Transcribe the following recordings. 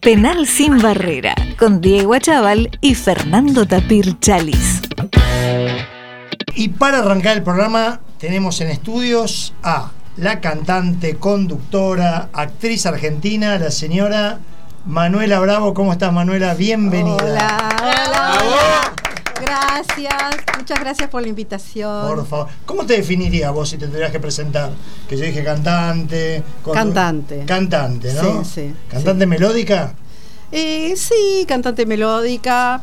Penal sin barrera, con Diego Achával y Fernando Tapir Chalis. Y para arrancar el programa tenemos en estudios a la cantante, conductora, actriz argentina, la señora Manuela Bravo. ¿Cómo estás, Manuela? Bienvenida. Hola. Gracias, muchas gracias por la invitación. Por favor. ¿Cómo te definirías vos si te tendrías que presentar? Que yo dije cantante. Cantante, ¿no? Sí. ¿Cantante melódica? Sí, cantante melódica,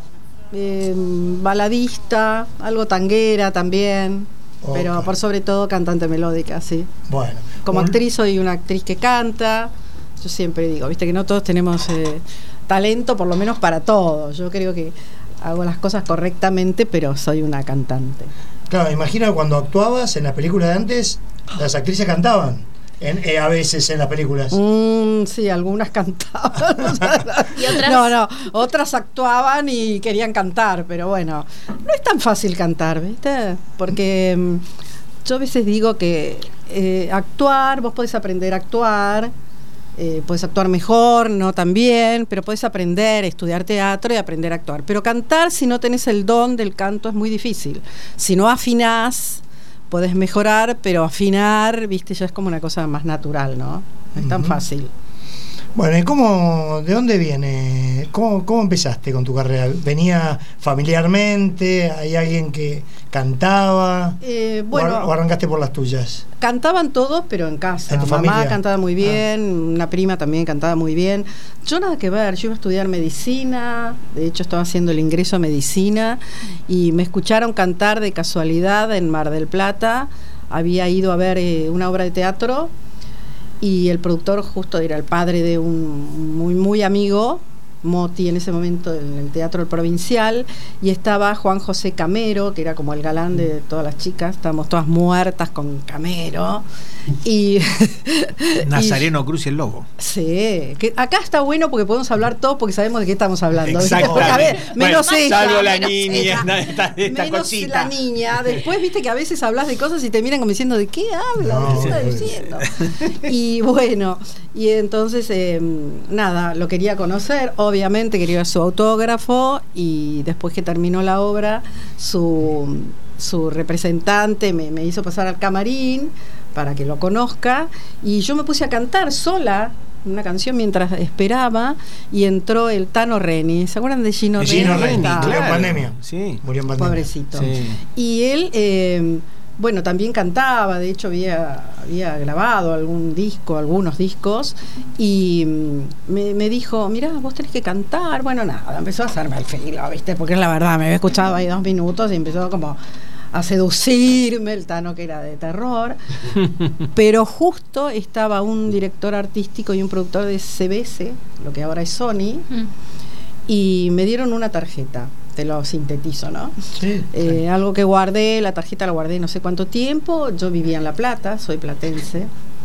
baladista, algo tanguera también. Okay. Pero por sobre todo cantante melódica, sí. Bueno. Como actriz soy una actriz que canta. Yo siempre digo, viste que no todos tenemos talento, por lo menos para todo. Yo creo que hago las cosas correctamente, pero soy una cantante. Claro, imagino cuando actuabas en las películas de antes, las actrices cantaban. A veces en las películas. Sí, algunas cantaban. ¿Y otras? No, otras actuaban y querían cantar, pero bueno, no es tan fácil cantar, ¿viste? Porque yo a veces digo que actuar, vos podés aprender a actuar, podés actuar mejor, no tan bien, pero podés aprender, estudiar teatro y aprender a actuar. Pero cantar, si no tenés el don del canto, es muy difícil. Si no afinás, podés mejorar, pero afinar, viste, ya es como una cosa más natural, ¿no? No es tan fácil. Bueno, ¿y de dónde viene? ¿Cómo empezaste con tu carrera? ¿Venía familiarmente? ¿Hay alguien que cantaba? Bueno, ¿O arrancaste por las tuyas? Cantaban todos, pero en casa. ¿En tu Mamá familia? cantaba muy bien, una prima también cantaba muy bien. Yo nada que ver, yo iba a estudiar medicina, de hecho estaba haciendo el ingreso a medicina y me escucharon cantar de casualidad en Mar del Plata. Había ido a ver una obra de teatro y el productor justo era el padre de un muy amigo, Moti, en ese momento en el Teatro Provincial, y estaba Juan José Camero, que era como el galán de todas las chicas, estábamos todas muertas con Camero, y Nazareno Cruz y el Lobo. Sí, que acá está bueno porque podemos hablar todo porque sabemos de qué estamos hablando. Exactamente. A ver, menos bueno, ella, salvo la menos niña, ella, esta menos cosita. la niña. Después viste que a veces hablas de cosas y te miran como diciendo ¿de qué habla? No, ¿De qué está diciendo? Y bueno, y entonces nada, lo quería conocer, obviamente quería su autógrafo, y después que terminó la obra su representante me hizo pasar al camarín para que lo conozca, y yo me puse a cantar sola una canción mientras esperaba, y entró el Tano Reni. ¿Se acuerdan de Gino Reni? Gino Reni, Ah, murió en pandemia. Sí. Murió en pandemia. pobrecito. Sí. Y él, bueno, también cantaba, de hecho había grabado algunos discos, y me dijo, mirá, vos tenés que cantar. Bueno, nada, empezó a hacerme el filo, ¿viste? Porque es la verdad, me había escuchado ahí 2 minutos y empezó como a seducirme el Tano, que era de terror. Pero justo estaba un director artístico y un productor de CBS, lo que ahora es Sony, y me dieron una tarjeta. Te lo sintetizo, ¿no? Sí, sí. Algo que guardé, la tarjeta la guardé no sé cuánto tiempo. Yo vivía en La Plata, soy platense,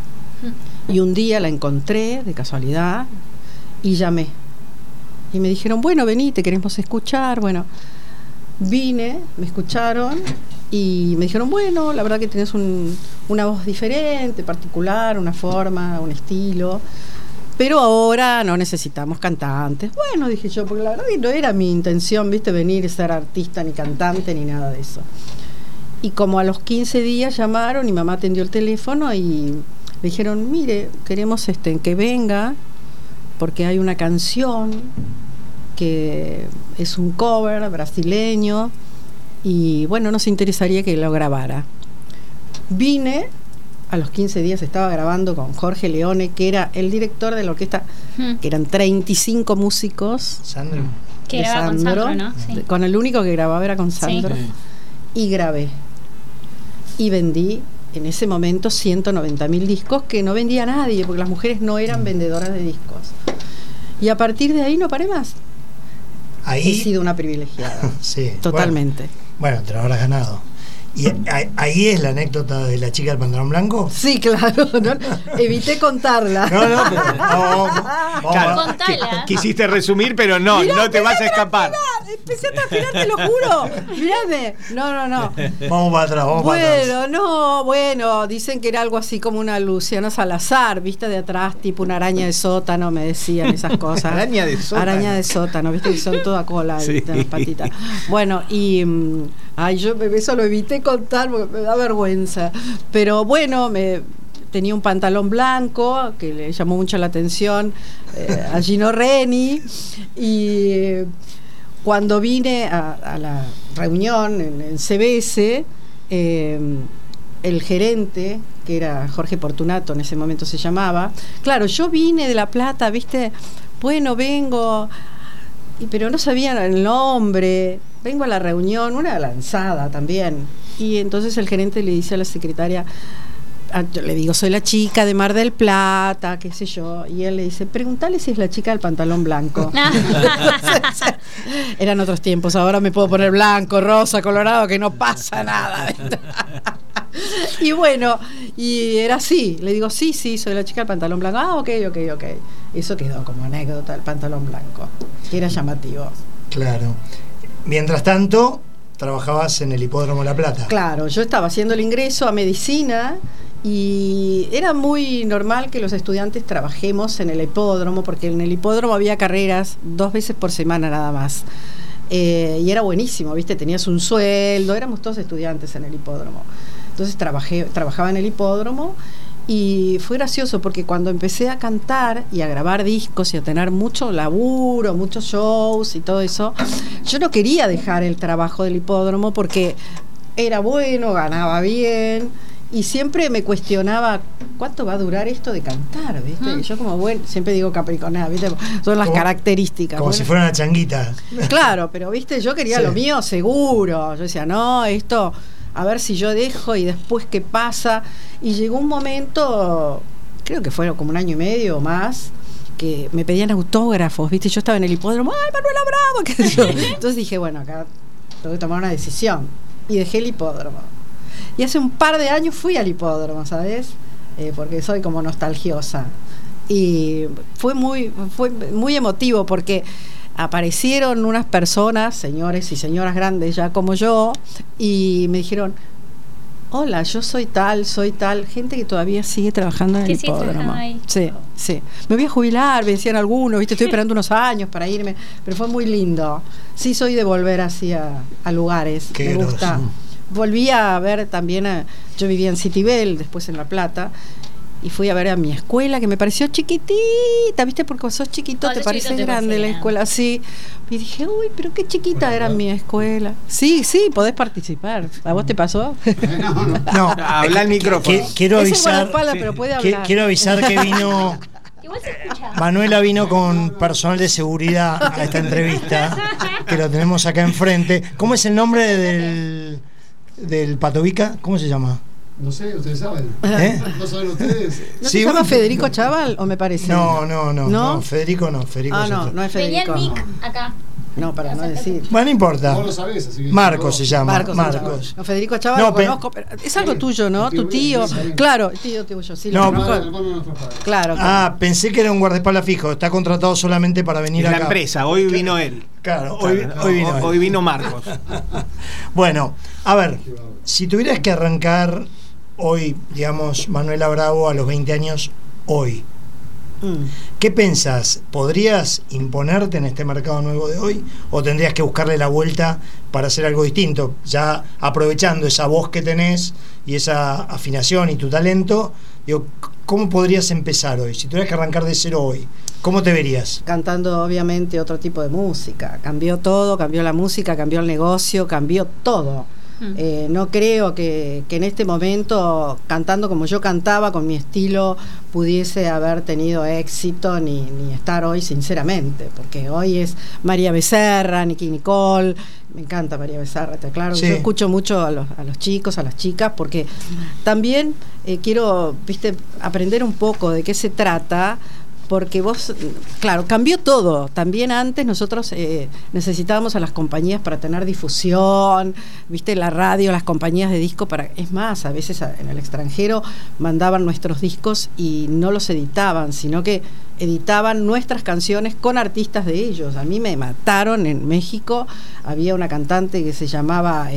y un día la encontré de casualidad y llamé. Y me dijeron, bueno, vení, te queremos escuchar. Bueno, vine, me escucharon y me dijeron, bueno, la verdad que tenés una voz diferente, particular, una forma, un estilo, pero ahora no necesitamos cantantes. Bueno, dije yo, porque la verdad que no era mi intención, viste, venir a ser artista, ni cantante, ni nada de eso. Y como a los 15 días llamaron y mamá atendió el teléfono y le dijeron, mire, queremos que venga porque hay una canción que es un cover brasileño y bueno, nos interesaría que lo grabara. Vine. A los 15 días estaba grabando con Jorge Leone, que era el director de la orquesta, que eran 35 músicos. Sandro. Que grababa con Sandro, ¿no? Sí. Con el único que grababa era con Sandro. Sí. Y grabé. Y vendí en ese momento 190.000 discos que no vendía nadie, porque las mujeres no eran vendedoras de discos. Y a partir de ahí no paré más. Ahí, he sido una privilegiada. Sí. Totalmente. Bueno, te lo habrás ganado. ¿Y ahí es la anécdota de la chica del pantalón blanco? Sí, claro, ¿no? Evité contarla. No, pero Contala. Quisiste resumir, pero no te vas a escapar. Empecé a transpirar, te lo juro. Mirame. No. Vamos para atrás, Bueno, dicen que era algo así como una Luciana Salazar, vista de atrás, tipo una araña de sótano, me decían esas cosas. Araña de sótano, viste que son toda cola sí. y las patitas. Bueno, y yo eso lo evité contar porque me da vergüenza. Pero bueno, tenía un pantalón blanco que le llamó mucho la atención a Gino Reni, y cuando vine a la reunión en CBS, el gerente, que era Jorge Portunato, en ese momento se llamaba, claro, yo vine de La Plata, viste, bueno, vengo, pero no sabían el nombre, vengo a la reunión, una lanzada también, y entonces el gerente le dice a la secretaria, yo le digo, soy la chica de Mar del Plata, qué sé yo, y él le dice, preguntale si es la chica del pantalón blanco. Eran otros tiempos, ahora me puedo poner blanco, rosa, colorado, que no pasa nada. Y bueno, y era así, le digo, sí, soy la chica del pantalón blanco. Ok. Eso quedó como anécdota, el pantalón blanco, que era llamativo. Claro. Mientras tanto, trabajabas en el Hipódromo La Plata. Claro, yo estaba haciendo el ingreso a medicina y era muy normal que los estudiantes trabajemos en el hipódromo, porque en el hipódromo había carreras 2 veces por semana nada más. Y era buenísimo, ¿viste? Tenías un sueldo, éramos todos estudiantes en el hipódromo. Entonces trabajaba en el hipódromo y fue gracioso porque cuando empecé a cantar y a grabar discos y a tener mucho laburo, muchos shows y todo eso, yo no quería dejar el trabajo del hipódromo porque era bueno, ganaba bien y siempre me cuestionaba cuánto va a durar esto de cantar, ¿viste? Y yo como, bueno, siempre digo capricornada, ¿viste? Son las características. Como si fuera una changuita. Claro, pero, ¿viste? Yo quería lo mío seguro. Yo decía, no, esto, a ver si yo dejo y después qué pasa. Y llegó un momento, creo que fue como 1 año y medio o más, que me pedían autógrafos, ¿viste? Yo estaba en el hipódromo, ¡ay, Manuela Bravo! ¿Qué sé yo? Entonces dije, bueno, acá tengo que tomar una decisión. Y dejé el hipódromo. Y hace un par de años fui al hipódromo, ¿sabes? Porque soy como nostalgiosa. Y fue muy emotivo porque aparecieron unas personas, señores y señoras grandes ya como yo, y me dijeron, hola, yo soy tal, gente que todavía sigue trabajando en el hipódromo. Sí. Me voy a jubilar, me decían algunos, ¿viste? Estoy esperando unos años para irme, pero fue muy lindo. Sí, soy de volver así a lugares. Qué me gusta. grosso. Volví a ver también, yo vivía en Citibel, después en La Plata, y fui a ver a mi escuela, que me pareció chiquitita, ¿viste? Porque cuando sos chiquito te parece grande la escuela, sí. Y dije, uy, pero qué chiquita era mi escuela. Sí, podés participar. ¿A vos te pasó? No, habla el micrófono. Quiero Es avisar, guardaespaldas, pero puede hablar. quiero avisar que vino... Igual se escucha. Manuela vino con personal de seguridad a esta entrevista, que lo tenemos acá enfrente. ¿Cómo es el nombre del Patovica? ¿Cómo se llama? No sé, ustedes saben. ¿No saben ustedes? ¿No Sí, se llama bueno, Federico Chaval o me parece? No, Federico no. Federico es otro. No es Tenía Federico. el mic acá. No, para no decir. Bueno, no importa. Vos lo sabés, así que Marcos se llama. Marcos. No, Federico Chaval No, lo conozco, pero es algo tuyo, ¿no? Tu tío. Claro, tío tuyo, sí. No, lo conozco. hermano de nuestros padres. Claro. Pensé que era un guardaespaldas fijo. Está contratado solamente para venir Es acá. la empresa, hoy vino él. Claro, hoy vino él. Hoy vino Marcos. Bueno, a ver, si tuvieras que arrancar hoy, digamos, Manuela Bravo a los 20 años, hoy, ¿qué pensás? ¿Podrías imponerte en este mercado nuevo de hoy? ¿O tendrías que buscarle la vuelta para hacer algo distinto? Ya aprovechando esa voz que tenés y esa afinación y tu talento, digo, ¿cómo podrías empezar hoy? Si tuvieras que arrancar de cero hoy, ¿cómo te verías? Cantando obviamente otro tipo de música. Cambió todo, cambió la música, cambió el negocio, cambió todo. No creo que en este momento, cantando como yo cantaba, con mi estilo, pudiese haber tenido éxito ni estar hoy, sinceramente, porque hoy es María Becerra, Nicky Nicole. Me encanta María Becerra, te aclaro. Sí. Yo escucho mucho a los chicos, a las chicas, porque también quiero, aprender un poco de qué se trata. Porque vos, claro, cambió todo. También antes nosotros necesitábamos a las compañías para tener difusión, viste, la radio, las compañías de disco es más, a veces en el extranjero mandaban nuestros discos y no los editaban, sino que editaban nuestras canciones con artistas de ellos. A mí me mataron en México. Había una cantante que se llamaba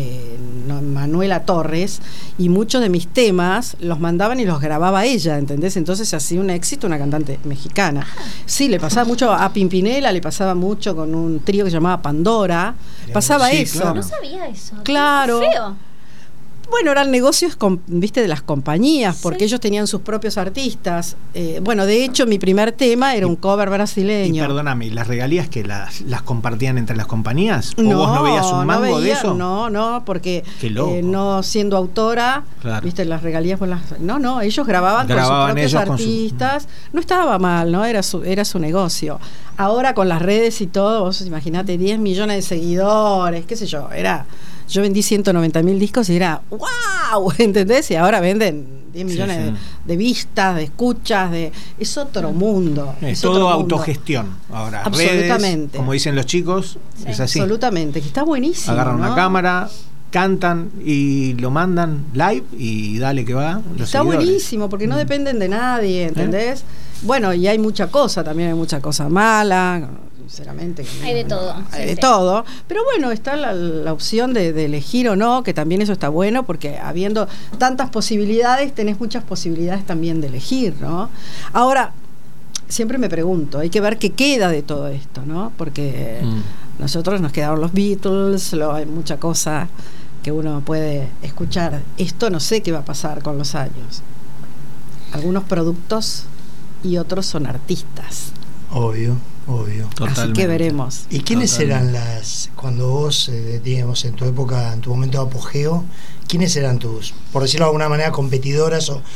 Manuela Torres, y muchos de mis temas los mandaban y los grababa ella, ¿entendés? Entonces hacía un éxito, una cantante mexicana. Sí, le pasaba mucho a Pimpinela, le pasaba mucho con un trío que se llamaba Pandora. Pasaba sí, eso. claro. No sabía eso. Claro. Qué feo. Bueno, eran negocios, viste, de las compañías, porque Sí. ellos tenían sus propios artistas. Bueno, de hecho, mi primer tema era un cover Y brasileño. perdóname, ¿y las regalías que las compartían entre las compañías? ¿O vos no veías un mango de eso? No, porque Qué loco. no siendo autora, Claro. viste, las regalías por las... No, ellos grababan con sus Grababan propios ellos con su- artistas. No estaba mal, ¿no? Era su negocio. Ahora con las redes y todo, vos imaginate, 10 millones de seguidores, qué sé yo, yo vendí 190.000 discos y era ¡wow! ¿Entendés? Y ahora venden 10 millones sí. de vistas, de escuchas, es otro mundo. Es otro todo mundo. autogestión. Ahora, Absolutamente. redes, como dicen los chicos, Sí. es así. Absolutamente, que está buenísimo. Agarran ¿no? una cámara, cantan y lo mandan live y dale que va. Los Está seguidores. buenísimo, porque no dependen de nadie, ¿entendés? Bueno, y hay mucha cosa, también hay mucha cosa mala, sinceramente. Hay de todo, Hay sí, de sí. todo. Pero bueno, está la opción de elegir o no, que también eso está bueno, porque habiendo tantas posibilidades, tenés muchas posibilidades también de elegir, ¿no? Ahora, siempre me pregunto, hay que ver qué queda de todo esto, ¿no? Porque nosotros nos quedaron los Beatles, hay mucha cosa que uno puede escuchar. Esto no sé qué va a pasar con los años. Algunos productos y otros son artistas. Obvio. Así Totalmente. que veremos. ¿Y quiénes Totalmente. eran cuando vos, digamos, en tu época, en tu momento de apogeo, quiénes eran tus, por decirlo de alguna manera, competidoras o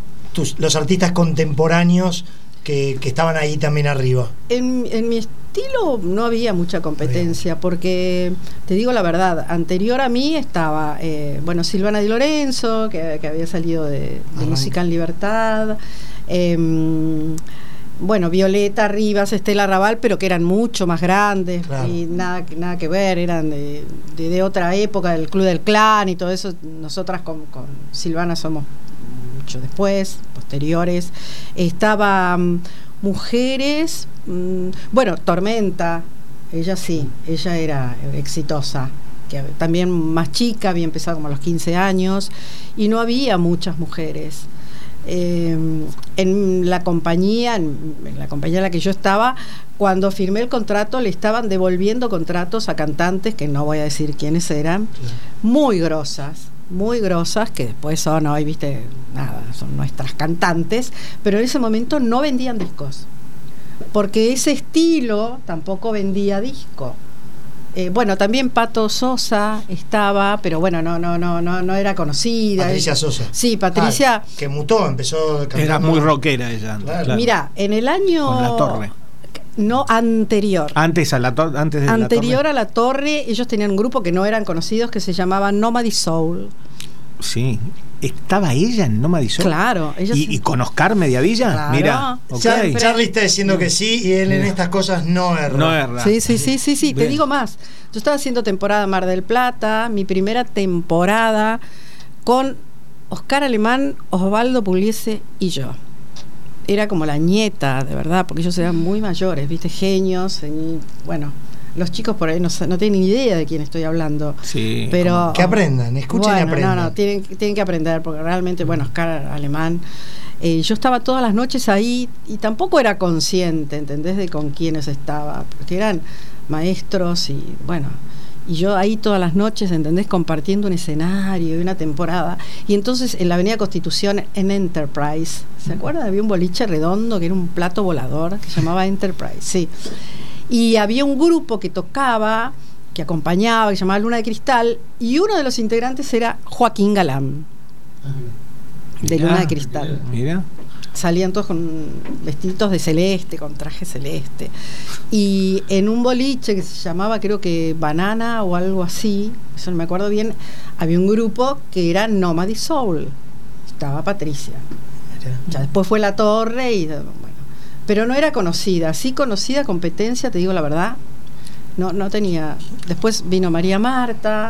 los artistas contemporáneos que estaban ahí también arriba? En mi estilo no había mucha competencia, porque te digo la verdad, anterior a mí estaba Silvana Di Lorenzo, que había salido de Música en Libertad, Violeta Rivas, Estela Raval, pero que eran mucho más grandes, Claro. y nada que ver, eran de otra época, del Club del Clan y todo eso. Nosotras con Silvana somos mucho después, posteriores. Estaba mujeres, Tormenta, ella era exitosa, que también más chica, había empezado como a los 15 años, y no había muchas mujeres. En la compañía en la que yo estaba, cuando firmé el contrato, le estaban devolviendo contratos a cantantes, que no voy a decir quiénes eran, muy grosas, que después son hoy, viste, nada, son nuestras cantantes, pero en ese momento no vendían discos, porque ese estilo tampoco vendía disco. También Pato Sosa estaba, pero no era conocida. Patricia Sosa. Sí, Patricia. Que mutó, empezó cantando. Era muy rockera ella antes. Claro. Claro. Mira, en el año Con La Torre. No, anterior. Antes de Anterior La a La Torre, ellos tenían un grupo que no eran conocidos, que se llamaba Nomady Soul. Torre. Sí. ¿Estaba ella en Nomady Soul? Claro. ¿Y con Oscar Mediavilla? Claro. Mira, ok. Charlie está diciendo que sí, y él en estas cosas no erra. No erra. Sí. Te Bien. digo más. Yo estaba haciendo temporada Mar del Plata, mi primera temporada con Oscar Alemán, Osvaldo Pugliese y yo. Era como la nieta, de verdad, porque ellos eran muy mayores, viste, genios. Los chicos por ahí no tienen ni idea de quién estoy hablando. Sí, pero que aprendan, escuchen y aprendan. No, tienen que aprender, porque realmente, Oscar Alemán, yo estaba todas las noches ahí y tampoco era consciente, ¿entendés?, de con quiénes estaba, porque eran maestros y yo ahí todas las noches, ¿entendés?, compartiendo un escenario y una temporada. Y entonces en la Avenida Constitución, en Enterprise, ¿se acuerdan? Había un boliche redondo que era un plato volador que se llamaba Enterprise, sí. Y había un grupo que tocaba, que acompañaba, que se llamaba Luna de Cristal, y uno de los integrantes era Joaquín Galán, de Luna de Cristal. Mira. Salían todos con vestiditos de celeste, con traje celeste. Y en un boliche que se llamaba, creo que Banana o algo así, eso no me acuerdo bien, había un grupo que era Nomady Soul. Estaba Patricia. Ya después fue La Torre y pero no era conocida. Sí conocida, competencia, te digo la verdad, no tenía. Después vino María Marta,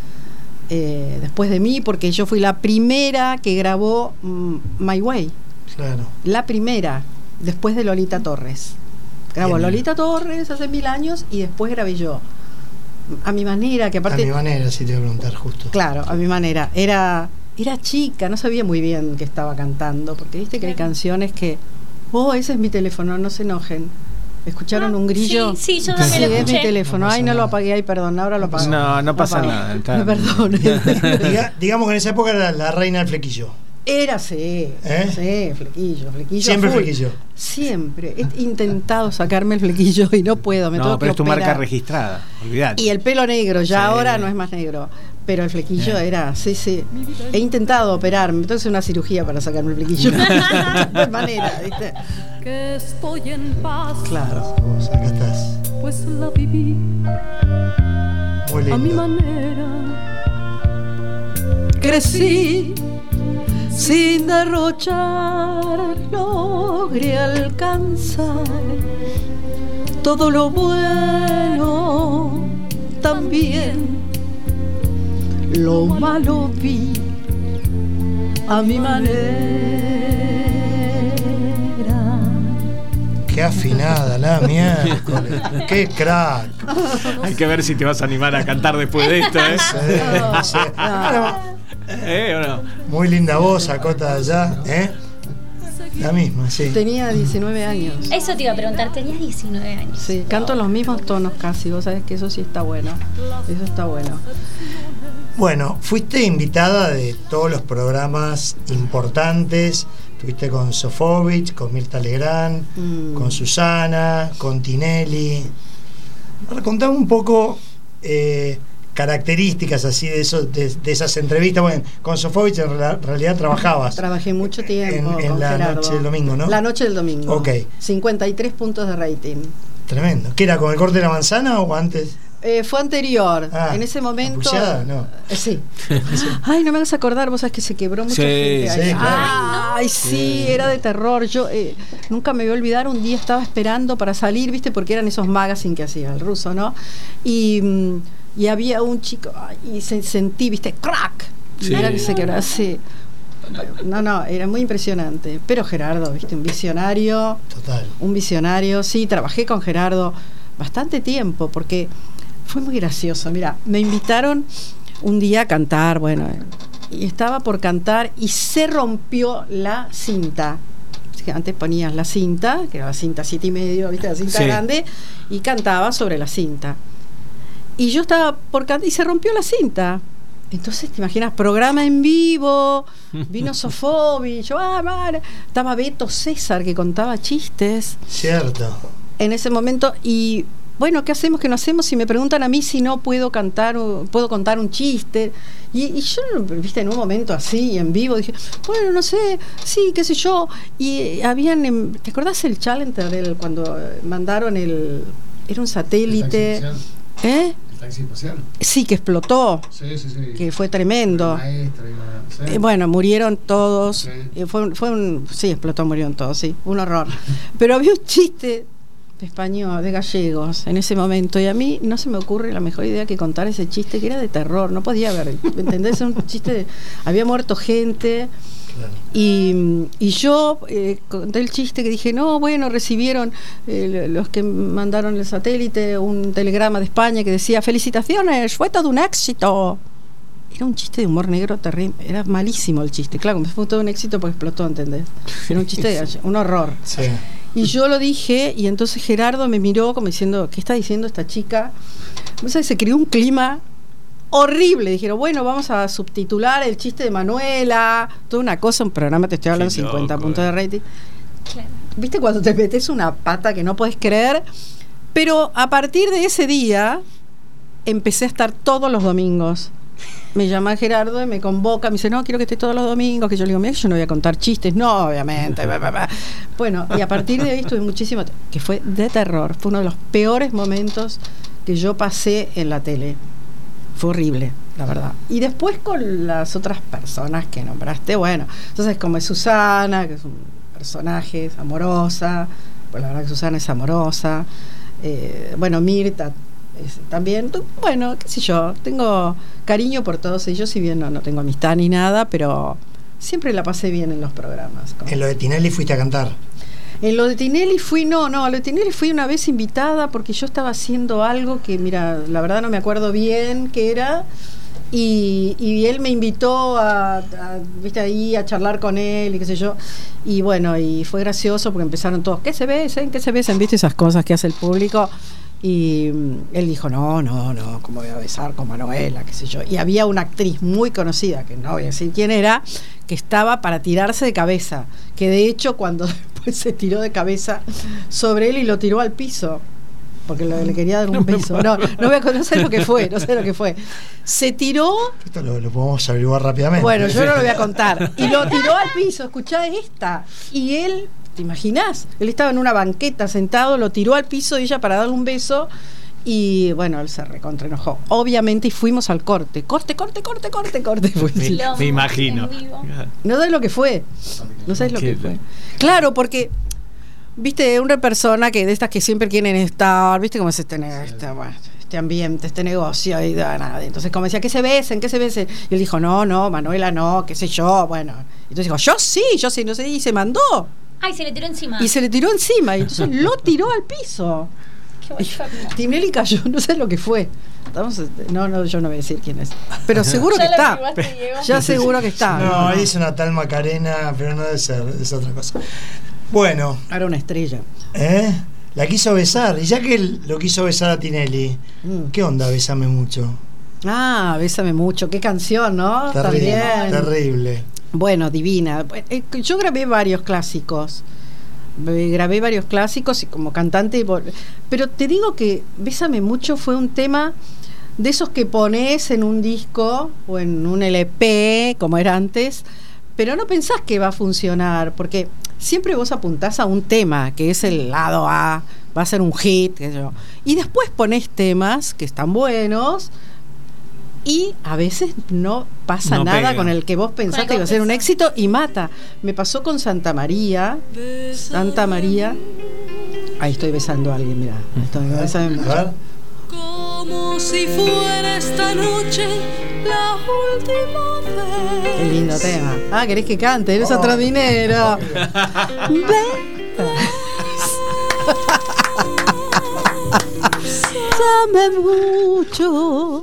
después de mí, porque yo fui la primera que grabó My Way. Claro. La primera. después de Lolita Torres. Grabó Lolita Torres hace 1000 años y después grabé yo. A mi manera, que aparte... A mi manera, sí te voy a preguntar justo. Claro, a mi manera. Era chica, no sabía muy bien qué estaba cantando, porque viste que hay canciones que... ese es mi teléfono, no se enojen. ¿Escucharon un grillo? Sí, yo también lo escuché. Es mi teléfono. No lo apagué. Ay, perdón, ahora lo apago. No pasa nada. Me perdone. Digamos que en esa época era la reina del flequillo. Era, sí, flequillo. Siempre full. flequillo. Siempre. He intentado sacarme el flequillo y no puedo. Pero es tu marca registrada, olvidate. Y el pelo negro, ya ahora no es más negro. Pero el flequillo era, sí. He intentado operarme, entonces una cirugía para sacarme el flequillo. De manera, ¿viste? Que estoy en paz. Claro. Vos acá estás. Pues la viví Muy lindo. a mi manera. Crecí sin derrochar, logré alcanzar todo lo bueno, también lo malo vi a mi manera. Qué afinada la miércoles. Qué crack. Hay que ver si te vas a animar a cantar después de esto, ¿eh? Sí. ¿O no? Muy linda voz, Acota de allá, ¿eh? La misma, sí. Tenía 19 años. Eso te iba a preguntar, tenías 19 años. Sí, canto los mismos tonos casi, vos sabés que eso sí está bueno. Eso está bueno. Bueno, fuiste invitada de todos los programas importantes. Estuviste con Sofovich, con Mirta Legrand, con Susana, con Tinelli. Ahora, contame un poco características así de esas entrevistas. Bueno, con Sofovich en realidad trabajabas. Trabajé mucho tiempo en la Gerardo. noche del domingo, ¿no? La noche del domingo. Ok. 53 puntos de rating. Tremendo. ¿Qué era, con el corte de la manzana o antes? Fue anterior. En ese momento. ¿Pulseada? No. Sí. Ay, no me hagas acordar, vos sabés que se quebró mucha gente. Sí, claro. Ay, sí, era de terror. Yo nunca me voy a olvidar, un día estaba esperando para salir, ¿viste? Porque eran esos magazines que hacía el ruso, ¿no? Y había un chico, y sentí, ¿viste? ¡Crack! Sí. Era que se quebró así. No, era muy impresionante. Pero Gerardo, ¿viste? Un visionario. Total. Un visionario. Sí, trabajé con Gerardo bastante tiempo, porque fue muy gracioso. Mira, me invitaron un día a cantar, y estaba por cantar y se rompió la cinta. Que antes ponías la cinta, que era la cinta 7,5, ¿viste? La cinta grande, y cantaba sobre la cinta. Y yo estaba por cantar y se rompió la cinta. Entonces, te imaginas, programa en vivo, vino Sofovich, estaba Beto César que contaba chistes. Cierto. En ese momento, y bueno, ¿qué hacemos? ¿Qué no hacemos? Si me preguntan a mí si no puedo cantar, puedo contar un chiste. Y yo, viste, en un momento así, en vivo, dije, bueno, no sé, sí, qué sé yo. Y habían, ¿te acordás el Challenger cuando mandaron era un satélite? ¿El taxi espacial? Sí, que explotó. Sí. Que fue tremendo. Bueno, murieron todos. Sí. Explotó, murieron todos, sí. Un horror. Pero había un chiste de español, de gallegos, en ese momento, y a mí no se me ocurre la mejor idea que contar ese chiste, que era de terror, no podía haber, ¿entendés? Era un chiste había muerto gente. Claro. Y yo conté el chiste que dije, recibieron los que mandaron el satélite un telegrama de España que decía, felicitaciones, fue todo un éxito. Era un chiste de humor negro terrible, era malísimo el chiste, claro, fue todo un éxito porque explotó, ¿entendés? Era un chiste un horror. Sí. Y yo lo dije, y entonces Gerardo me miró como diciendo, ¿qué está diciendo esta chica? Entonces se creó un clima horrible. Dijeron, vamos a subtitular el chiste de Manuela, toda una cosa, un programa, te estoy hablando, 50 puntos de rating. Claro. ¿Viste cuando te metes una pata que no podés creer? Pero a partir de ese día empecé a estar todos los domingos. Me llama Gerardo y me convoca, me dice, no, quiero que estés todos los domingos, que yo le digo, mira, yo no voy a contar chistes, no, obviamente. Bueno, y a partir de ahí estuve muchísimo, que fue de terror, fue uno de los peores momentos que yo pasé en la tele. Fue horrible, la verdad. Y después con las otras personas que nombraste, entonces como es Susana, que es un personaje, es amorosa, pues la verdad que Susana es amorosa, Mirta también, qué sé yo, tengo cariño por todos ellos, si bien no tengo amistad ni nada, pero siempre la pasé bien en los programas. ¿En lo de Tinelli fuiste a cantar? En lo de Tinelli fui, a lo de Tinelli fui una vez invitada porque yo estaba haciendo algo que, mira, la verdad no me acuerdo bien qué era, y él me invitó viste, ahí a charlar con él y qué sé yo, y bueno, y fue gracioso porque empezaron todos, ¿qué se besen? ¿Viste esas cosas que hace el público? Y él dijo, no, ¿cómo voy a besar con Manuela? Qué sé yo. Y había una actriz muy conocida, que no voy a decir quién era, que estaba para tirarse de cabeza, que de hecho cuando después se tiró de cabeza sobre él y lo tiró al piso, porque le quería dar un beso. No sé lo que fue. Se tiró. Esto lo podemos averiguar rápidamente. Bueno, yo no lo voy a contar. Y lo tiró al piso, escuchá esta. Y él, ¿te imaginás? Él estaba en una banqueta sentado, lo tiró al piso ella para darle un beso. Y bueno, él se recontraenojó. Obviamente, y fuimos al corte. Corte. Me imagino. No sabes lo que fue. Claro, porque viste, una persona que de estas que siempre quieren estar, viste cómo es este ambiente, este negocio, y nada. Entonces como decía, que se besen. Y él dijo, no, Manuela no, qué sé yo, bueno. Entonces dijo, yo sí, no sé, y se mandó. Ay, se le tiró encima. Y y entonces lo tiró al piso. Tinelli cayó, no sé lo que fue. No, yo no voy a decir quién es. Pero seguro que está. Ya seguro que está. No, ahí es una tal Macarena, pero no debe ser, es otra cosa. Bueno. Era una estrella. La quiso besar. Y ya que él lo quiso besar a Tinelli, ¿qué onda Bésame Mucho? Bésame Mucho. Qué canción, ¿no? Terrible. Bueno, divina. Yo grabé varios clásicos y como cantante, pero te digo que Bésame Mucho fue un tema de esos que pones en un disco o en un LP, como era antes, pero no pensás que va a funcionar, porque siempre vos apuntás a un tema, que es el lado A, va a ser un hit, qué sé yo, y después ponés temas que están buenos, y a veces no pasa nada pega con el que vos pensaste que iba a ser un éxito y mata. Me pasó con Santa María. Ahí estoy besando a alguien, mirá. Como si fuera esta noche la última vez. Qué lindo tema. ¿Querés que cante? Eres otro dinero. Bésame mucho,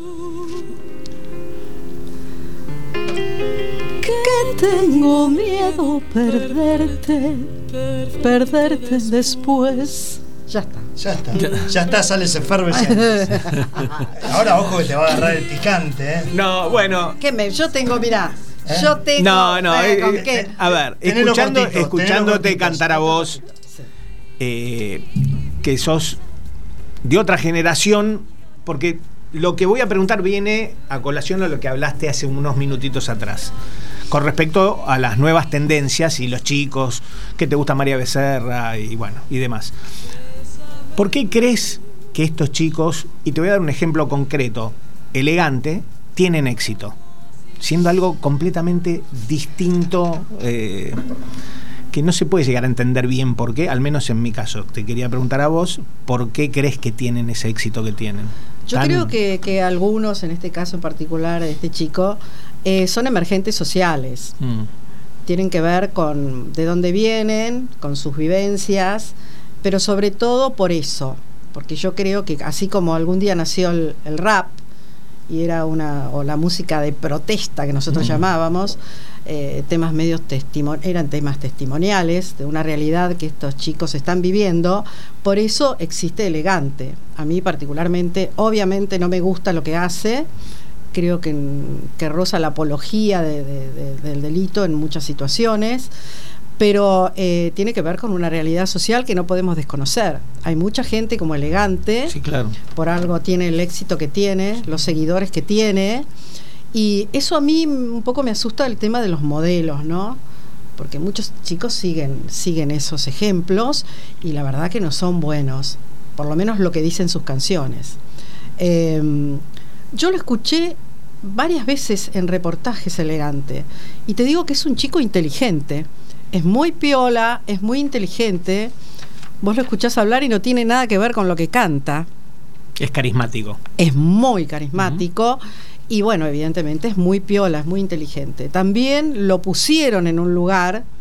que tengo miedo perderte después. Ya está, sale ese efervescente. Ahora ojo que te va a agarrar el picante, No, bueno. Yo tengo, mirá. Yo tengo. A ver, escuchándote cantar a vos, que sos de otra generación, porque lo que voy a preguntar viene a colación a lo que hablaste hace unos minutitos atrás, con respecto a las nuevas tendencias y los chicos, que te gusta María Becerra y bueno, y demás. ¿Por qué crees que estos chicos, y te voy a dar un ejemplo concreto, Elegante, tienen éxito? Siendo algo completamente distinto, que no se puede llegar a entender bien por qué, al menos en mi caso. Te quería preguntar a vos, ¿por qué crees que tienen ese éxito que tienen? Yo creo que algunos, en este caso en particular, este chico, son emergentes sociales. Tienen que ver con de dónde vienen, con sus vivencias, pero sobre todo por eso, porque yo creo que así como algún día nació el rap y era o la música de protesta que nosotros llamábamos, temas eran temas testimoniales de una realidad que estos chicos están viviendo. Por eso existe Elegante. A mí particularmente, obviamente no me gusta lo que hace, creo que roza la apología del delito en muchas situaciones, pero tiene que ver con una realidad social que no podemos desconocer. Hay mucha gente como Elegante, sí, claro, por algo tiene el éxito que tiene, los seguidores que tiene, y eso a mí un poco me asusta el tema de los modelos, ¿no? Porque muchos chicos siguen esos ejemplos y la verdad que no son buenos, por lo menos lo que dicen sus canciones. Yo lo escuché varias veces en reportajes, Elegante, y te digo que es un chico inteligente. Es muy piola, es muy inteligente. Vos lo escuchás hablar y no tiene nada que ver con lo que canta. Es carismático. Es muy carismático. Y bueno, evidentemente es muy piola, es muy inteligente. También lo pusieron en un lugar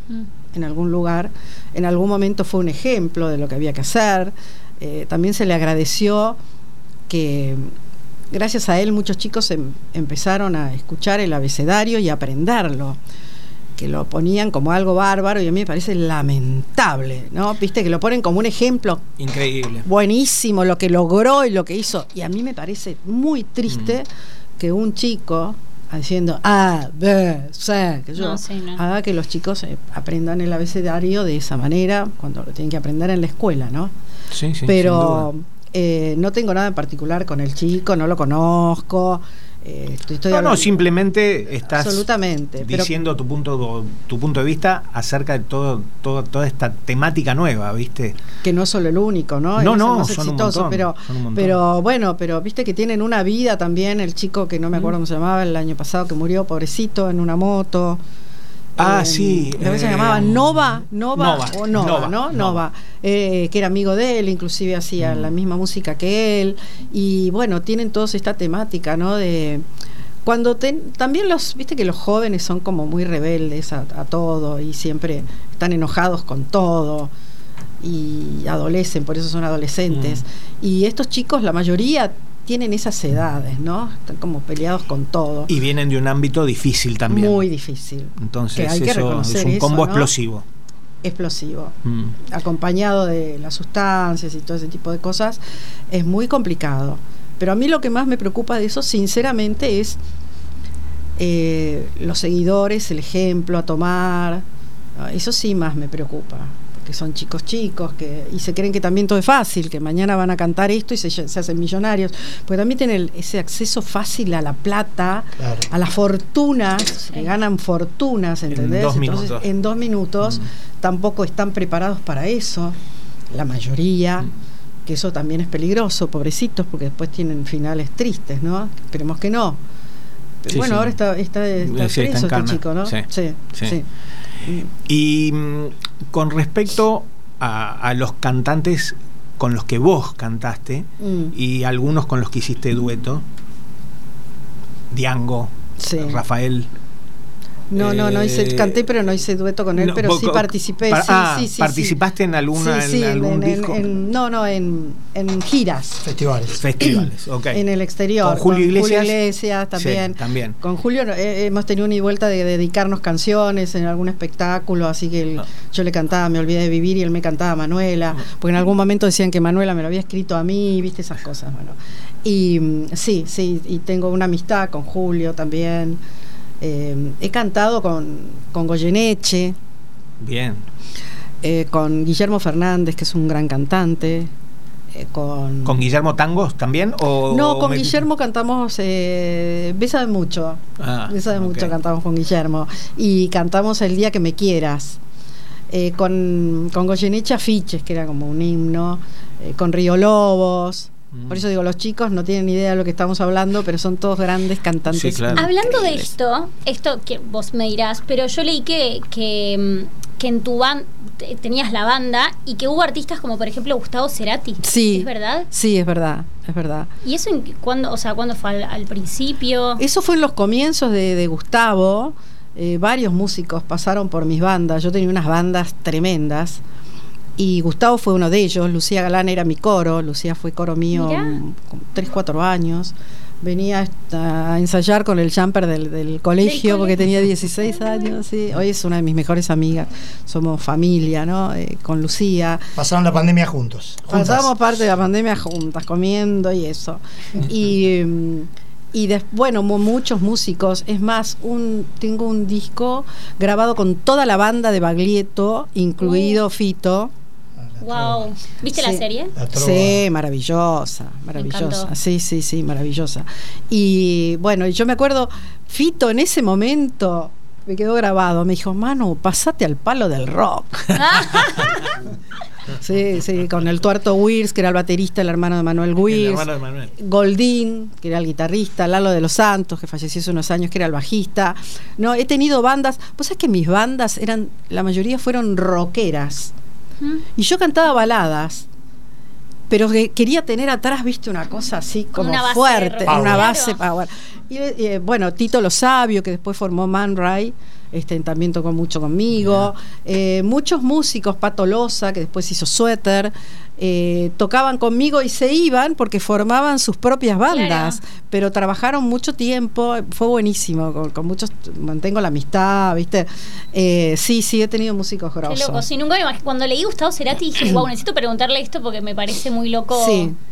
en algún lugar, en algún momento fue un ejemplo de lo que había que hacer. También se le agradeció que gracias a él muchos chicos empezaron a escuchar el abecedario y a aprenderlo, que lo ponían como algo bárbaro, y a mí me parece lamentable, ¿no? Viste que lo ponen como un ejemplo increíble, buenísimo lo que logró y lo que hizo, y a mí me parece muy triste que un chico haciendo A, B, C, que yo, haga que los chicos aprendan el abecedario de esa manera cuando lo tienen que aprender en la escuela, ¿no? Sí, pero no tengo nada en particular con el chico, no lo conozco. No, simplemente estás absolutamente diciendo tu punto de vista acerca de toda esta temática nueva, ¿viste? Que no es solo el único, ¿no? No, es son exitoso, un montón. pero bueno, pero viste que tienen una vida también. El chico que no me acuerdo cómo se llamaba el año pasado, que murió, pobrecito, en una moto. Sí. A veces se llamaba Nova, ¿no? Nova. Que era amigo de él, inclusive hacía la misma música que él. Y bueno, tienen toda esta temática, ¿no? De cuando también viste que los jóvenes son como muy rebeldes a todo y siempre están enojados con todo y adolecen, por eso son adolescentes. Y estos chicos, la mayoría tienen esas edades, ¿no? Están como peleados con todo. Y vienen de un ámbito difícil también. Muy difícil. Entonces que hay que reconocer es un combo, ¿no? Explosivo. Acompañado de las sustancias y todo ese tipo de cosas, es muy complicado. Pero a mí lo que más me preocupa de eso, sinceramente, es los seguidores, el ejemplo a tomar. Eso sí más me preocupa. Que son chicos y se creen que también todo es fácil, que mañana van a cantar esto y se hacen millonarios, porque también tienen ese acceso fácil a la plata, claro, a las fortunas, que ganan fortunas, ¿entendés? Entonces, en 2 minutos tampoco están preparados para eso, la mayoría, que eso también es peligroso, pobrecitos, porque después tienen finales tristes, ¿no? Esperemos que no. Pero bueno, ahora está preso este chico, ¿no? Sí. Y con respecto a los cantantes con los que vos cantaste y algunos con los que hiciste dueto, Diango, Rafael. No canté, pero no hice dueto con él, pero sí participé. ¿Participaste en alguna en algún disco? En giras. Festivales, ok. En el exterior. ¿Con Julio Iglesias? Julio Iglesias también. Sí, también. Con Julio hemos tenido una y vuelta de dedicarnos canciones en algún espectáculo, así que yo le cantaba Me olvidé de vivir y él me cantaba Manuela, porque en algún momento decían que Manuela me lo había escrito a mí, viste esas cosas, bueno. Y sí, y tengo una amistad con Julio también. He cantado con Goyeneche. Bien. Con Guillermo Fernández, que es un gran cantante. ¿Con Guillermo tangos también? No, con Guillermo cantamos Besa de Mucho. Besa de Mucho cantamos con Guillermo. Y cantamos El día que me quieras. Con Goyeneche Afiches, que era como un himno. Con Río Lobos. Por eso digo, los chicos no tienen ni idea de lo que estamos hablando, pero son todos grandes cantantes. Sí, claro. Hablando de esto que vos me dirás, pero yo leí que en tu banda tenías la banda y que hubo artistas como por ejemplo Gustavo Cerati. Sí. ¿Es verdad? Sí, es verdad. ¿Y eso cuándo fue? ¿Al principio? Eso fue en los comienzos de Gustavo. Varios músicos pasaron por mis bandas. Yo tenía unas bandas tremendas. Y Gustavo fue uno de ellos. Lucía Galán era mi coro. Lucía fue coro mío 3-4 años. Venía a ensayar con el jumper del colegio porque tenía 16 años. Sí. Hoy es una de mis mejores amigas. Somos familia, ¿no? Con Lucía. Pasaron la pandemia juntos. Pasamos parte de la pandemia juntas, comiendo y eso. Bueno, muchos músicos. Es más, tengo un disco grabado con toda la banda de Baglietto, incluido Fito. Wow. ¿Viste la serie? Sí, maravillosa. Sí, maravillosa. Y bueno, yo me acuerdo, Fito en ese momento me quedó grabado, me dijo, Manu, pasate al palo del rock. Sí, con el Tuerto Wirs, que era el baterista, el hermano de Manuel Wirs. Goldín, que era el guitarrista, Lalo de los Santos, que falleció hace unos años, que era el bajista. No, he tenido bandas, pues sabés que mis bandas la mayoría fueron rockeras. Y yo cantaba baladas, pero quería tener atrás, viste, una cosa así como una fuerte, base una base power. Y bueno, Tito Lo Sabio, que después formó Man Ray, también tocó mucho conmigo. Muchos músicos, Pato Loza, que después hizo Suéter, tocaban conmigo y se iban porque formaban sus propias bandas, pero trabajaron mucho tiempo, fue buenísimo, con muchos mantengo la amistad, ¿viste? Sí, he tenido músicos grosos. Qué loco, sí, nunca me imaginé. Cuando leí Gustavo Cerati dije, wow, necesito preguntarle esto porque me parece muy loco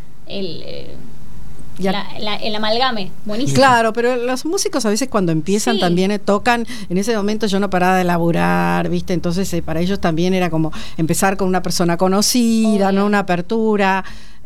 el amalgame, buenísimo. Claro, pero los músicos a veces cuando empiezan también tocan, en ese momento yo no paraba de laburar, ¿viste? Entonces para ellos también era como empezar con una persona conocida, ¿no? Una apertura.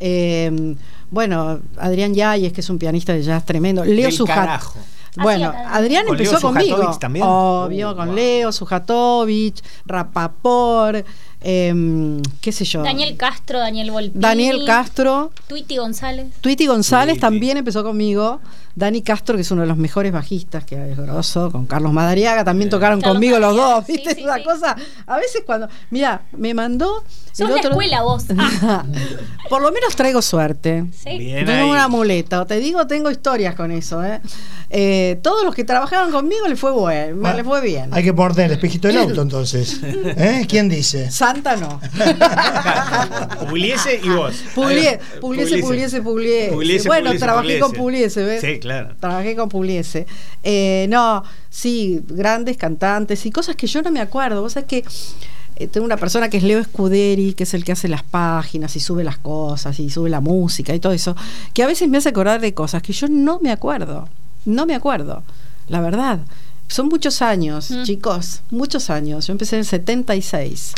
Bueno, Adrián Yáñez, que es un pianista de jazz tremendo. Leo Sujatovich. Bueno, Adrián empezó conmigo. También. Obvio, con Leo Sujatovich, Rapaport, qué sé yo. Daniel Castro, Daniel Volpini. Daniel Castro. Tweety González. Tweety González también empezó conmigo. Dani Castro, que es uno de los mejores bajistas, que es grosso, con Carlos Madariaga, también tocaron Carlos conmigo Madariaga, los dos, ¿viste? sí, Esa cosa, a veces cuando, mira, me mandó... Sos la escuela vos. Por lo menos traigo suerte. Sí. Bien Tengo ahí. una muleta, te digo, tengo historias con eso, todos los que trabajaron conmigo les fue bueno, les fue bien. Hay que ponerte el espejito del auto entonces. ¿Quién dice? Santa no. Pugliese y vos. Pugliese. Bueno, trabajé con Pugliese, ¿ves? Sí, claro. Trabajé con Pugliese. No, sí, grandes cantantes y cosas que yo no me acuerdo. Vos sabés que tengo una persona que es Leo Scuderi, que es el que hace las páginas y sube las cosas y sube la música y todo eso, que a veces me hace acordar de cosas que yo no me acuerdo, la verdad. Son muchos años, chicos, muchos años. Yo empecé en el 76.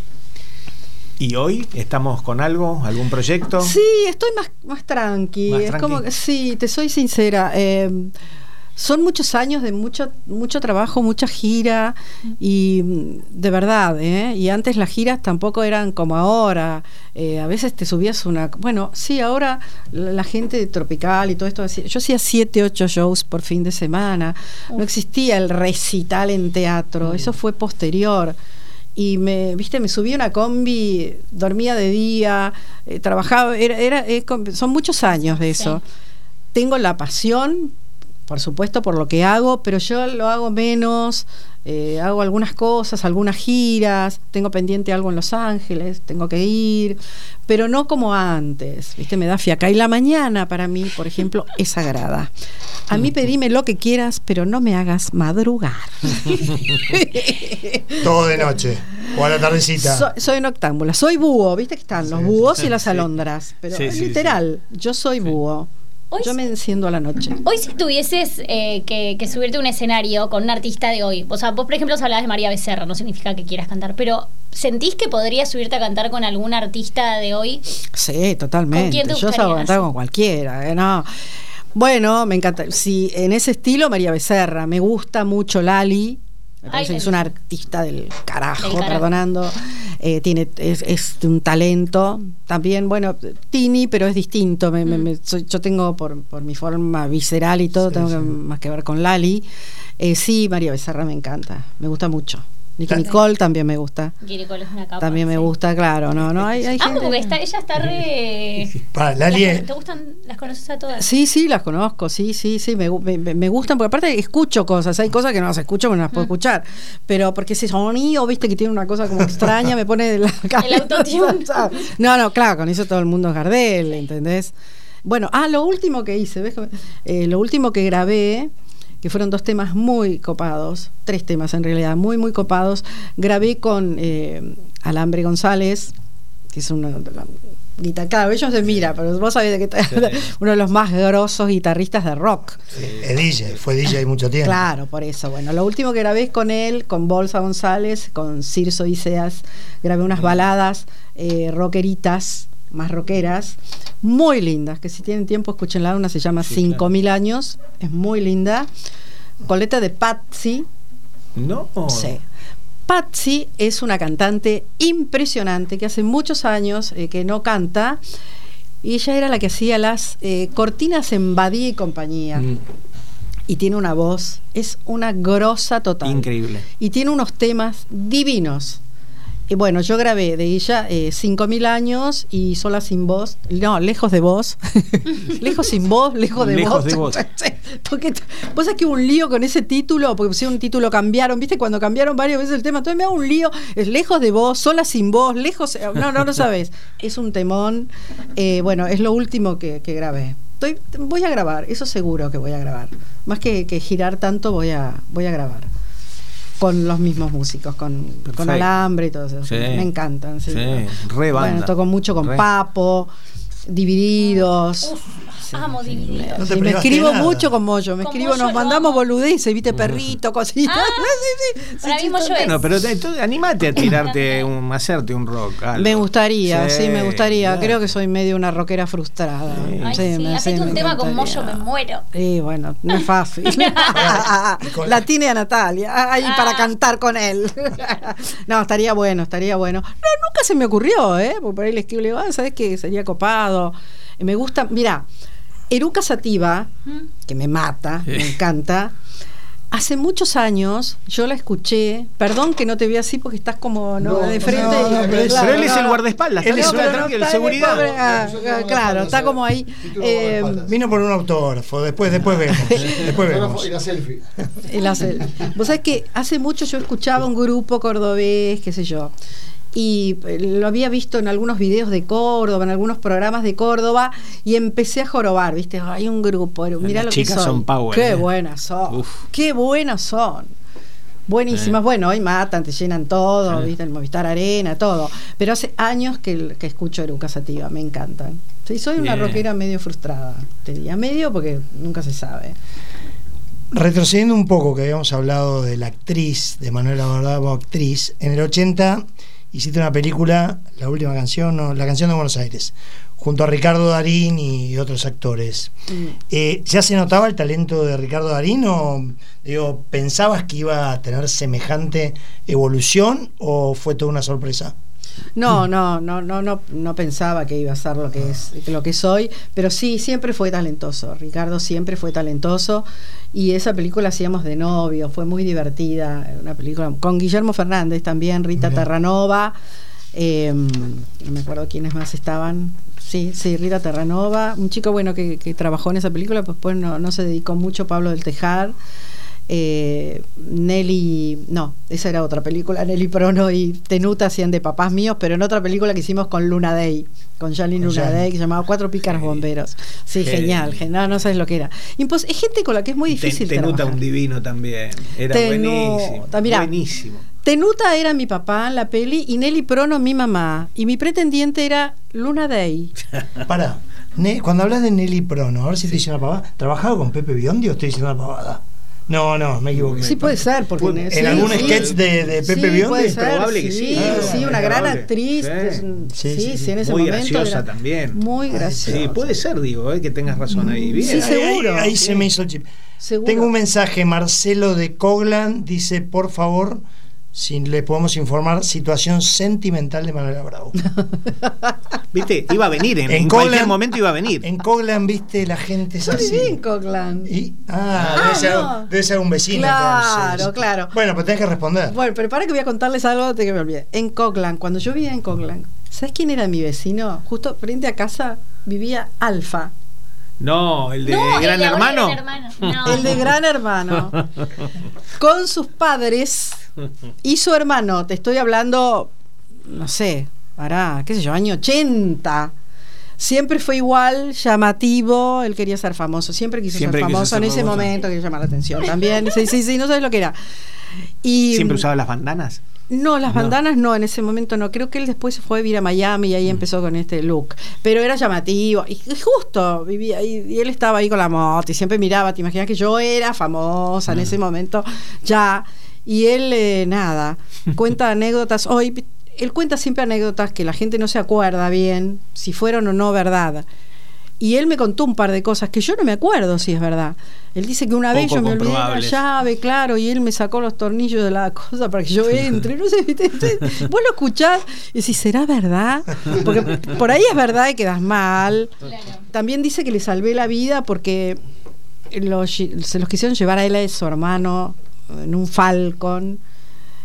¿Y hoy estamos con algo? ¿Algún proyecto? Sí, estoy más tranqui. Es como que, sí, te soy sincera. Son muchos años de mucho trabajo, mucha gira y de verdad, y antes las giras tampoco eran como ahora. A veces te subías bueno, sí, ahora la gente de Tropical y todo esto, yo hacía 7, 8 shows por fin de semana. No existía el recital en teatro, eso fue posterior. Y me subí a una combi, dormía de día, trabajaba, son muchos años de eso. Sí. Tengo la pasión, por supuesto, por lo que hago, pero yo lo hago menos, hago algunas cosas, algunas giras, tengo pendiente algo en Los Ángeles, tengo que ir, pero no como antes, ¿viste? Me da fiaca. Y la mañana para mí, por ejemplo, es sagrada. A mí pedime lo que quieras, pero no me hagas madrugar. Todo de noche o a la tardecita. Soy noctámbula, soy búho, ¿viste que están los búhos y las alondras? Pero literal, yo soy búho. Yo me enciendo a la noche. Hoy si tuvieses que subirte a un escenario con un artista de hoy, o sea, vos por ejemplo hablabas de María Becerra, no significa que quieras cantar, pero ¿sentís que podrías subirte a cantar con algún artista de hoy? Sí, totalmente. ¿Con quién te gustaría? Yo sabo cantar con cualquiera, ¿no? Bueno, me encanta. Sí, en ese estilo María Becerra, me gusta mucho Lali. Me parece que es una artista del carajo, perdonando. Es un talento. También, bueno, Tini, pero es distinto. Yo tengo, por mi forma visceral y todo, tengo más que ver con Lali. Sí, María Becerra me encanta. Me gusta mucho. Nicole también me gusta. Nicole es una capa. También me gusta, claro. No, hay gente. Porque ella está re. Lali. ¿Te gustan? ¿Las conoces a todas? Sí, las conozco. Sí. Me gustan, porque aparte escucho cosas. Hay cosas que no las escucho, pero no las puedo escuchar. Pero porque ese sonido, viste, que tiene una cosa como extraña, me pone de la cabeza. El autotune. No, claro, con eso todo el mundo es Gardel, ¿entendés? Bueno, lo último que hice, ¿ves? Lo último que grabé, que fueron 2 temas muy copados, 3 temas en realidad, muy, muy copados. Grabé con Alambre González, que es una guitarra, claro, ellos se mira, pero vos sabés de qué uno de los más grosos guitarristas de rock. Fue DJ mucho tiempo. Claro, por eso. Bueno, lo último que grabé es con él, con Bolsa González, con Cirso Iseas, grabé unas baladas rockeritas, más rockeras, muy lindas, que si tienen tiempo escúchenla. Una se llama 5000 años, es muy linda, con letra de Patsy. No. Sí. Patsy es una cantante impresionante que hace muchos años que no canta, y ella era la que hacía las cortinas en Badía y compañía. Y tiene una voz, es una grosa total. Increíble. Y tiene unos temas divinos. Y bueno, yo grabé de ella 5.000 años y Sola sin voz. No, lejos de vos. Lejos sin voz, lejos de Lejos vos. de vos. Porque vos sabés que hubo un lío con ese título, porque pusieron un título, cambiaron, ¿viste? Cuando cambiaron varias veces el tema, entonces me hago un lío. Es lejos de vos, Sola sin voz, lejos. No sabés. Es un temón. Bueno, es lo último que grabé. Voy a grabar, eso seguro que voy a grabar. Más que girar tanto, voy a grabar. Con los mismos músicos, con alambre y todo eso. Sí. Me encantan. Sí. Re banda. Bueno, toco mucho con Papo, Divididos. Amo Divididos. No te Sí, me privaste escribo de nada. mucho con Moyo. Con Nos Moyo lo mandamos amo. boludeces, ¿viste? Perrito, cositas. Sí. Para mí Moyo es. Bueno, pero animate a tirarte hacerte un rock. Algo. Me gustaría, sí, me gustaría. claro. Creo que soy medio una rockera frustrada. Ay, sí, hacete un tema con Moyo, me muero. Bueno, no es fácil. La tiene a Natalia, ahí para cantar con él. No, estaría bueno. No, nunca se me ocurrió, porque por ahí le escribo, le digo, ¿sabes qué? Sería copado. Me gusta, mira, Eruca Sativa, que me mata, me encanta. Hace muchos años yo la escuché. Perdón que no te vea así porque estás como de frente. Pero él es el guardaespaldas, Él es el seguridad. Claro, está como ahí. Vino por un autógrafo, después vemos. Y la selfie. Vos sabés que hace mucho yo escuchaba un grupo cordobés, qué sé yo, y lo había visto en algunos videos de Córdoba, en algunos programas de Córdoba, y empecé a jorobar, ¿viste? Hay un grupo, mirá lo que chicas soy. son power, Qué buenas son. Uf. Qué buenas son. Buenísimas. Bueno, hoy matan, te llenan todo, ¿viste? El Movistar Arena, todo. Pero hace años que escucho Eruca Sativa, me encantan. Sí, soy una rockera medio frustrada, te diría. Medio porque nunca se sabe. Retrocediendo un poco, que habíamos hablado de la actriz, de Manuela Bravo, actriz, en el 80 hiciste una película, la última canción, no, La canción de Buenos Aires, junto a Ricardo Darín y otros actores. ¿Ya se notaba el talento de Ricardo Darín o pensabas que iba a tener semejante evolución o fue toda una sorpresa? No pensaba que iba a ser lo que soy, pero sí, siempre fue talentoso. Ricardo siempre fue talentoso y esa película hacíamos de novio, fue muy divertida, una película con Guillermo Fernández también, Rita Terranova, no me acuerdo quiénes más estaban. Sí, Rita Terranova, un chico bueno que trabajó en esa película, pues no se dedicó mucho, Pablo del Tejar. Nelly, no, esa era otra película, Nelly Prono y Tenuta hacían de papás míos, pero en otra película que hicimos con Luna Day, con Janine Luna Day, que se llamaba Cuatro Pícaros Bomberos. Sí, genial, no sabes lo que era. Es gente con la que es muy difícil Tenuta trabajar. Un divino también, era buenísimo. Buenísimo. Tenuta era mi papá en la peli y Nelly Prono mi mamá, y mi pretendiente era Luna Day. Pará, cuando hablas de Nelly Prono, a ver si te dicen una pavada, ¿trabajaba con Pepe Biondi o estoy diciendo una pavada? No, me equivoqué. Sí, puede ser, porque en algún sketch de Pepe Biondi. Puede ser, probable que sí. Sí, una gran actriz. Sí, en ese muy momento. graciosa también. Muy graciosa. Sí, puede ser, digo, que tengas razón ahí. Bien. Sí, seguro. Ahí se me hizo el chip. Seguro. Tengo un mensaje, Marcelo de Coglan, dice, por favor, si le podemos informar, situación sentimental de Manuela Bravo. ¿Viste? Iba a venir, en Coglan, cualquier momento iba a venir. En Coglan, viste, la gente es Yo así. viví en Coglan. Debe ser un vecino. Claro, entonces. claro. Bueno, pero tenés que responder. Bueno, pero para que voy a contarles algo antes que me olvide. En Coglan, cuando yo vivía en Coglan, ¿sabes quién era mi vecino? Justo frente a casa vivía Alfa. No, el de No, Gran el de Hermano. Gran Hermano. No. El de Gran Hermano. Con sus padres y su hermano. Te estoy hablando, no sé, qué sé yo, año 80. Siempre fue igual, llamativo. Él quería ser famoso. Siempre quiso ser famoso. En ese momento quería llamar la atención también. Sí, no sabes lo que era. Y ¿siempre usaba las bandanas? No, las bandanas no, en ese momento no. Creo que él después se fue a vivir a Miami y ahí empezó con este look. Pero era llamativo. Y justo vivía ahí, y él estaba ahí con la moto y siempre miraba. Te imaginas que yo era famosa en ese momento ya. Y él, cuenta anécdotas. Hoy, él cuenta siempre anécdotas que la gente no se acuerda bien si fueron o no verdad. Y él me contó un par de cosas que yo no me acuerdo si es verdad. Él dice que una vez yo me olvidé la llave, claro, y él me sacó los tornillos de la cosa para que yo entre. No sé, ¿viste? Vos lo escuchás y decís, ¿será verdad? Porque por ahí es verdad y quedás mal. Claro. También dice que le salvé la vida porque se los quisieron llevar a él y a su hermano en un Falcon.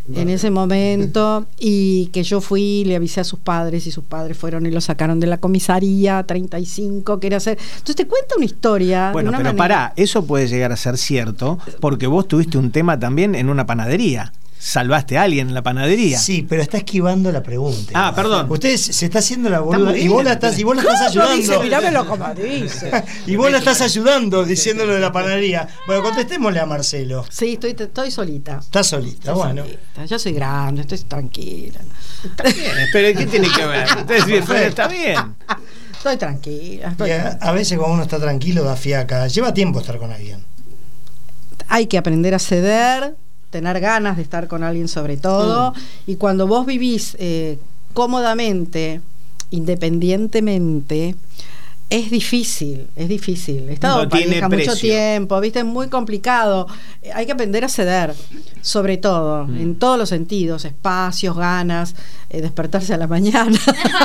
en ese momento, y que yo fui, le avisé a sus padres y sus padres fueron y lo sacaron de la comisaría 35, quería hacer. Entonces te cuenta una historia. Bueno, de una pero manera. pará, eso puede llegar a ser cierto porque vos tuviste un tema también en una panadería. Salvaste a alguien en la panadería. Sí, pero está esquivando la pregunta. Ah, perdón. Usted se está haciendo la Está boluda muy y vos bien. la estás Dice, ayudando. mirámelo como dice. Y vos la estás ayudando diciéndolo de la panadería. Bueno, contestémosle a Marcelo. Sí, estoy solita. Está solita, bueno. Solita. Yo soy grande, estoy tranquila. Está bien, pero ¿qué tiene que ver? Está bien. Estoy tranquila. Y a veces cuando uno está tranquilo da fiaca. Lleva tiempo estar con alguien. Hay que aprender a ceder, tener ganas de estar con alguien sobre todo, y cuando vos vivís cómodamente, independientemente, es difícil. He estado en pareja mucho tiempo, viste, es muy complicado. Hay que aprender a ceder, sobre todo, en todos los sentidos, espacios, ganas, despertarse a la mañana.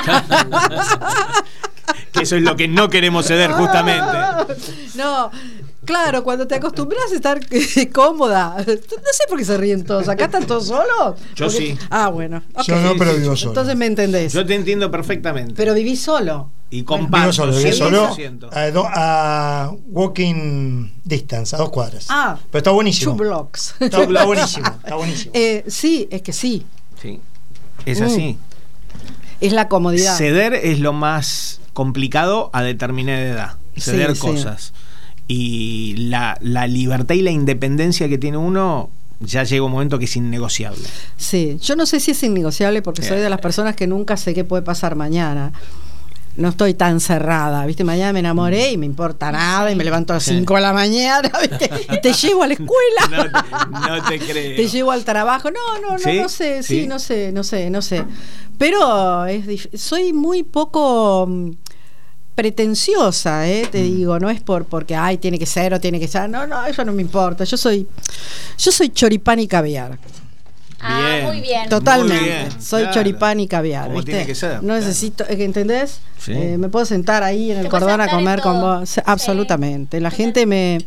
Que eso es lo que no queremos ceder justamente. No, claro, cuando te acostumbras a estar cómoda. No sé por qué se ríen todos. ¿Acá están todos solos? Yo sí. Ah, bueno. Yo no, pero vivo solo. Entonces me entendés. Yo te entiendo perfectamente. Pero vivís solo. Y comparto. Vivo solo 100%. a walking distance, a 2 cuadras. Ah, pero está buenísimo. 2 blocks. Está buenísimo, está buenísimo. Sí, es que sí. Sí. Es así. Es la comodidad. Ceder es lo más complicado a determinada edad. Ceder cosas. Y la libertad y la independencia que tiene uno ya llega un momento que es innegociable. Sí, yo no sé si es innegociable porque soy de las personas que nunca sé qué puede pasar mañana. No estoy tan cerrada, ¿viste? Mañana me enamoré y me importa nada y me levanto a las 5 de la mañana, ¿viste? Y te llevo a la escuela. No te creo. Te llevo al trabajo. No sé, sí, no sé. Pero soy muy poco pretenciosa, te digo, no es porque tiene que ser o tiene que ser. No, eso no me importa. Yo soy choripán y caviar. Bien. Muy bien. Totalmente. Muy bien, soy choripán y caviar. Como ¿viste? tiene que ser. No necesito, ¿entendés? Sí. Me puedo sentar ahí en el cordón a comer con vos. Absolutamente. Sí. La gente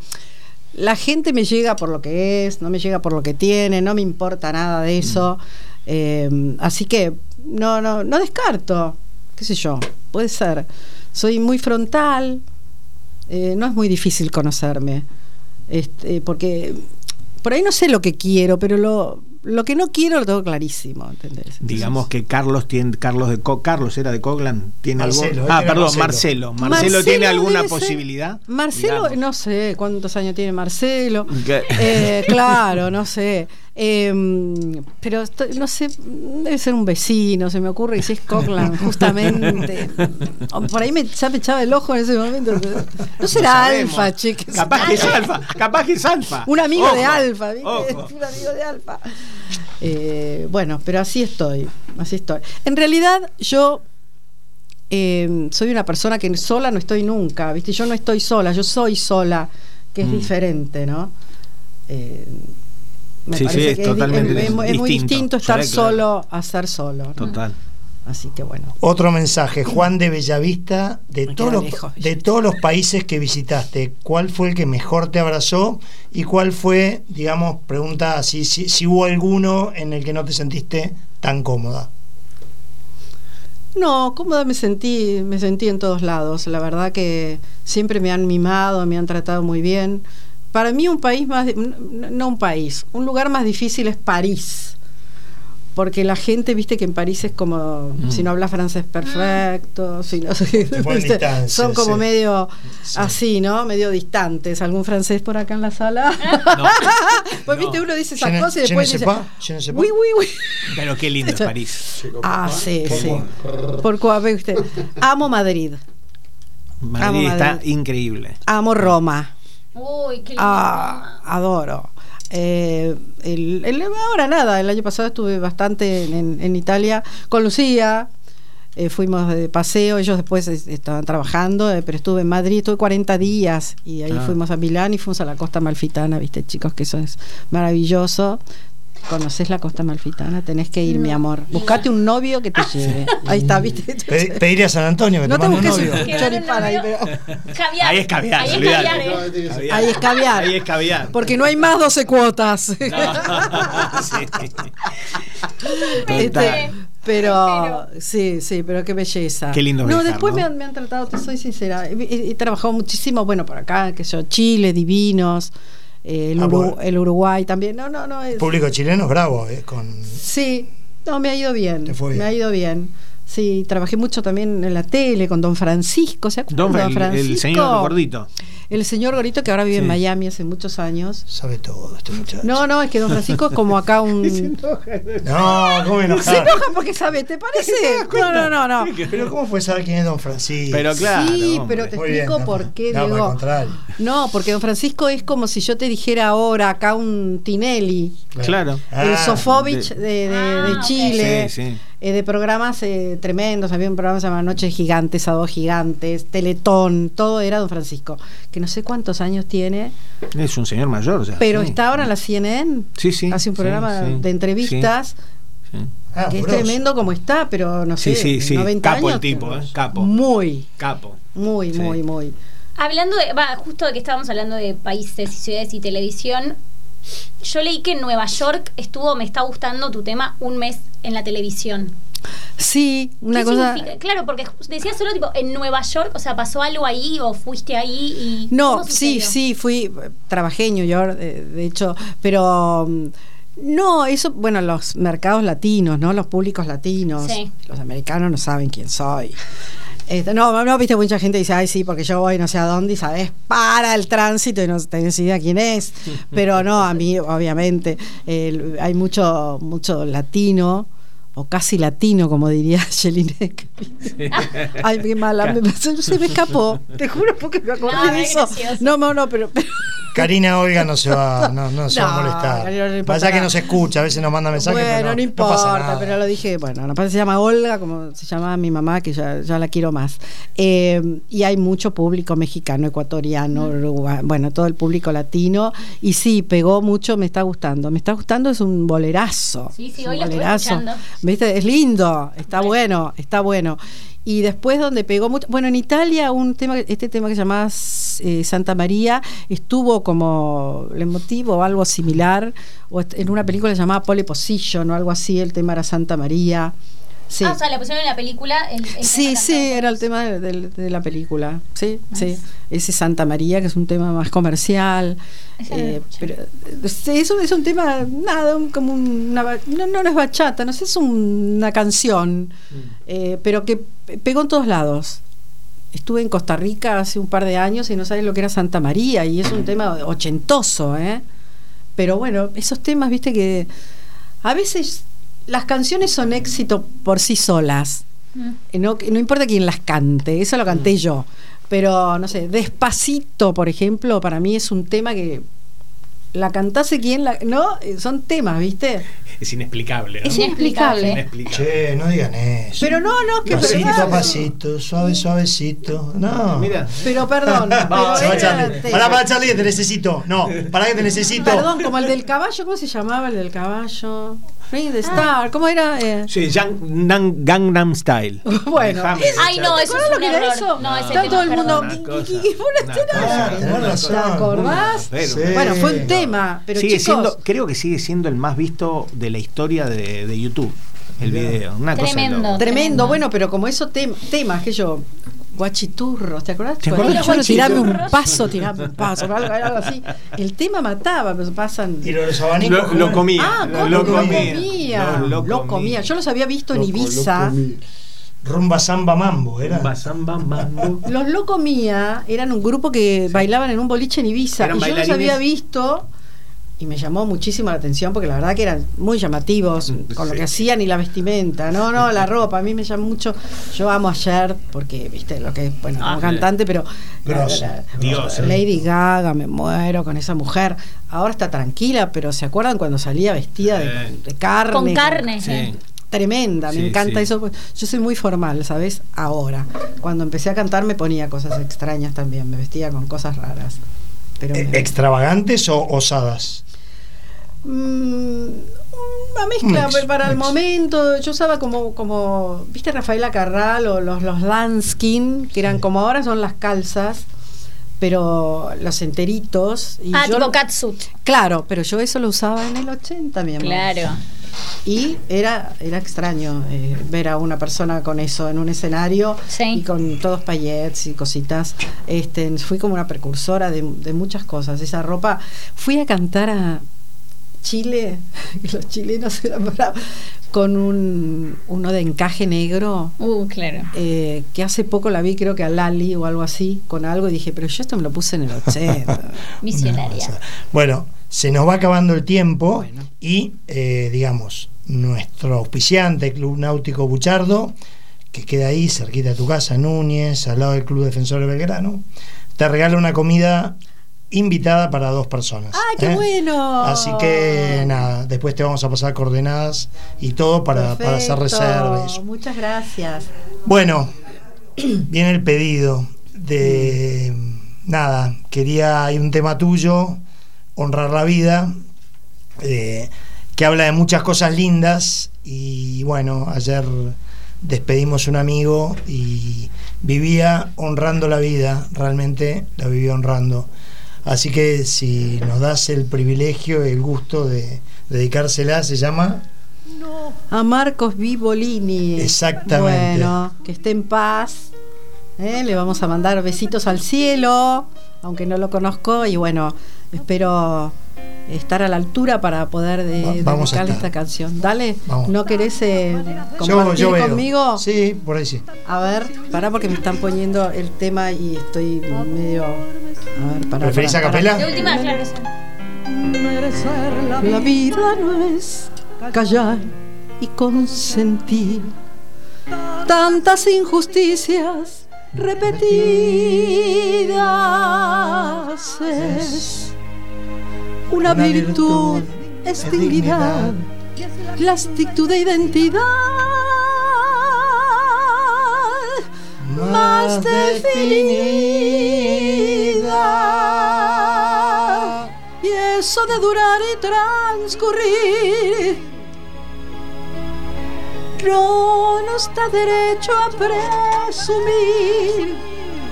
me llega por lo que es, no me llega por lo que tiene, no me importa nada de eso. Así que no descarto, qué sé yo, puede ser. Soy muy frontal, no es muy difícil conocerme, porque por ahí no sé lo que quiero, pero lo que no quiero lo tengo clarísimo, ¿entendés? Entonces, digamos que Carlos era de Coglan, tiene Marcelo, algo. Marcelo tiene alguna posibilidad. Marcelo, digamos. No sé cuántos años tiene Marcelo. ¿Qué? Claro, no sé. Pero no sé, debe ser un vecino, se me ocurre, y si es Coglan, justamente. Por ahí ya me echaba el ojo en ese momento. No será Alfa, che. Capaz que es Alfa. Un amigo de Alfa, ¿viste? Ojo. Un amigo de Alfa. Bueno, pero así estoy. En realidad, yo soy una persona que sola no estoy nunca, ¿viste? Yo no estoy sola, yo soy sola, que es diferente, ¿no? Me parece que totalmente es muy distinto estar solo a ser solo, ¿no? Total. Así que bueno. Otro mensaje, Juan de Bellavista, de todos los países que visitaste, ¿cuál fue el que mejor te abrazó? ¿Y cuál fue, digamos, pregunta si hubo alguno en el que no te sentiste tan cómoda? No, cómoda me sentí en todos lados. La verdad que siempre me han mimado, me han tratado muy bien. Para mí un lugar más difícil es París, porque la gente, viste que en París es como si no hablas francés perfecto, si no, son como medio así, ¿no? Medio distantes. ¿Algún francés por acá en la sala? No. Pues viste, uno dice esas cosas y después dice oui. Pero qué lindo es París. Sí. Por cuál, usted. Amo Madrid. Madrid está increíble. Amo Roma. Uy, qué lindo. Adoro. Ahora nada, el año pasado estuve bastante en Italia con Lucía, fuimos de paseo, ellos después estaban trabajando, pero estuve en Madrid, estuve 40 días y ahí fuimos a Milán y fuimos a la Costa Amalfitana, viste chicos, que eso es maravilloso. conoces la Costa Amalfitana, tenés que ir, mi amor. Buscate un novio que te lleve. Ahí está, ¿viste? Pedirle a San Antonio que No te te mande un busques novio. un choripán ahí, pero Caviar. Ahí es caviar, Ahí es olvidate. caviar, ahí es caviar. Ahí es caviar. Porque no hay más 12 cuotas. Total. Pero sí, pero qué belleza. Qué lindo No, viajar, después ¿no? me han tratado, te soy sincera. He trabajado muchísimo, bueno, por acá, que yo, Chile, divinos, bueno. el Uruguay también. No. El público chileno es bravo, con... Sí, no, me ha ido bien. ¿Te fue bien? Me ha ido bien. Sí, trabajé mucho también en la tele con Don Francisco, ¿se acuerdan? El señor gordito. El señor gordito que ahora vive en Miami hace muchos años. Sabe todo este muchacho. No, es que Don Francisco es como acá un... No, ¿cómo enojar? Se enoja porque sabe, ¿te parece? No. Pero ¿cómo fue saber quién es Don Francisco? Pero claro. Sí, hombre. pero te Muy explico bien, por qué, no, Diego. por el contrario. No, porque Don Francisco es como si yo te dijera ahora acá un Tinelli, Claro. el Sofovich de Chile. Sí. De programas tremendos, había un programa que se llamaba Noches Gigantes, Sábados Gigantes, Teletón, todo era Don Francisco, que no sé cuántos años tiene, Es un señor mayor ya. pero sí. está ahora en la CNN, Sí. hace un programa de entrevistas, Sí. que es grosso. tremendo como está, pero no sé, Sí. 90 Capo años. el tipo, Capo. Muy. Sí. Hablando justo de que estábamos hablando de países y ciudades y televisión, yo leí que en Nueva York me está gustando tu tema, un mes en la televisión. Sí, una ¿Qué cosa. significa? Claro, porque decías solo tipo en Nueva York, o sea, pasó algo ahí o fuiste ahí y No, ¿cómo sucedió? sí, trabajé en New York, de hecho, pero no, eso, bueno, los mercados latinos, ¿no? Los públicos latinos, Sí. los americanos no saben quién soy. No, viste, mucha gente dice, ay, sí, porque yo voy no sé a dónde y sabes, para el tránsito y no tenés idea quién es. Pero no, a mí, obviamente, hay mucho latino, o casi latino, como diría Jelinek. Ay, qué mala, se me escapó, te juro, porque me acordé No, de es eso. gracioso. No, pero Karina Olga no se va, no se va a No, molestar. Karina no importa Pasa que nada. no se escucha, a veces nos manda mensajes. bueno, pero no pasa importa, nada. pero lo dije, bueno, no pasa, se llama Olga, como se llama mi mamá, que ya la quiero más. Y hay mucho público mexicano, ecuatoriano, Uruguay, bueno, todo el público latino, y sí, pegó mucho, me está gustando, es un bolerazo. Sí, es hoy un lo estuve bolerazo. escuchando. ¿Viste? Es lindo, está bueno. Y después donde pegó mucho, bueno, en Italia este tema que se llamaba Santa María estuvo como el motivo o algo similar, o en una película llamada Pole Position o algo así, el tema era Santa María. Sí. O sea, la pusieron en la película. Sí, era el tema de la película. Sí. Ese Santa María, que es un tema más comercial. Pero eso es un tema, nada, como no es bachata, no sé, es una canción, pero que pegó en todos lados. Estuve en Costa Rica hace un par de años y no sabes lo que era Santa María, y es un tema ochentoso, pero bueno, esos temas, viste, que a veces las canciones son éxito por sí solas. No importa quién las cante, eso lo canté yo. Pero, no sé, Despacito, por ejemplo, para mí es un tema que la cantase quien la... ¿No? Son temas, ¿viste? Es inexplicable, ¿no? Es inexplicable. Che, no digan eso. Pero no, que Pasito pero- a pasito, suavecito. No. Mira. Pero perdón. Vamos, se va pero Charlie. era- Pará, Charlie, que te necesito. No, pará que te necesito. Perdón, como el del caballo, ¿cómo se llamaba el del caballo? Ring the Star, ¿cómo era? Sí, Gangnam Style. Bueno. Déjame Ay, no, eso ¿Te acordás es lo un que era error. eso? No, ese Está tema todo el es mundo. perdón. Una cosa, Y fue una escena. Ah, tenés razón. ¿Te acordás? Pero, Sí. Bueno, fue un tema, pero sigue chicos, siendo, creo que sigue siendo el más visto de la historia de YouTube, el video. Una cosa de Tremendo. loco. tremendo, bueno, pero como esos temas que yo, guachiturros, ¿te acordás? ¿Te acordás? Bueno, tirame un paso, algo así. El tema mataba, pero pasan. Y los abanicos. Lo comía. Ah, ¿cómo lo que comía. Lo comía. Yo los había visto en Loco, Ibiza. loco, mi- Rumba Samba Mambo, era. Samba, mambo. Los Lo Comía eran un grupo que bailaban en un boliche en Ibiza. Eran Y yo los bailarines. había visto y me llamó muchísimo la atención porque la verdad que eran muy llamativos con lo que hacían y la vestimenta. No, la ropa. A mí me llama mucho. Yo amo a Cher porque, viste, lo que es, bueno, como cantante, pero Grosa. Dios, Lady Gaga, me muero con esa mujer. Ahora está tranquila, pero ¿se acuerdan cuando salía vestida de carne? Con carne. Sí. Tremenda, me Sí, encanta sí. eso. Yo soy muy formal, ¿sabes? Ahora, cuando empecé a cantar me ponía cosas extrañas también, me vestía con cosas raras. Pero ¿Extravagantes o osadas? un Una mezcla Mix, para el mix. momento. Yo usaba como ¿viste Rafaela Carrà o los Lanskin, que eran como ahora son las calzas, pero los enteritos? Y yo, tipo catsuit. claro, pero yo eso lo usaba en el 80, mi amor. Claro. Y era extraño ver a una persona con eso en un escenario, Sí. y con todos paillettes y cositas. Fui como una precursora de muchas cosas. Esa ropa. Fui a cantar a Chile, que los chilenos eran bravos, con uno de encaje negro. Claro. Que hace poco la vi, creo que a Lali o algo así, con algo, y dije, pero yo esto me lo puse en el 80. Misionaria. Bueno, se nos va acabando el tiempo. Bueno. Y, digamos, nuestro auspiciante, Club Náutico Buchardo, que queda ahí cerquita de tu casa, Núñez, al lado del Club Defensor de Belgrano, te regala una comida invitada para 2 personas. ¡Ay, qué bueno! Así que nada, después te vamos a pasar coordenadas y todo para hacer Perfecto. reserva y eso. Muchas gracias. Bueno, viene el pedido de nada, hay un tema tuyo, honrar la vida, que habla de muchas cosas lindas, y bueno, ayer despedimos un amigo y vivía honrando la vida, realmente la vivía honrando. Así que si nos das el privilegio y el gusto de dedicársela, se llama A Marcos Vivolini. Exactamente. Bueno, que esté en paz. Le vamos a mandar besitos al cielo, aunque no lo conozco, y bueno, espero estar a la altura para poder Vamos a dedicarle estar. esta canción. Dale, Vamos. ¿no querés compartir yo veo. conmigo? Sí, por ahí sí. A ver, pará, porque me están poniendo el tema y estoy medio... A ver, pará. ¿Preferís a capela? De última, claro. Sí. La vida no es callar y consentir tantas injusticias repetidas. Es una virtud, es dignidad, la actitud de identidad más definida. Y eso de durar y transcurrir no nos da derecho a presumir,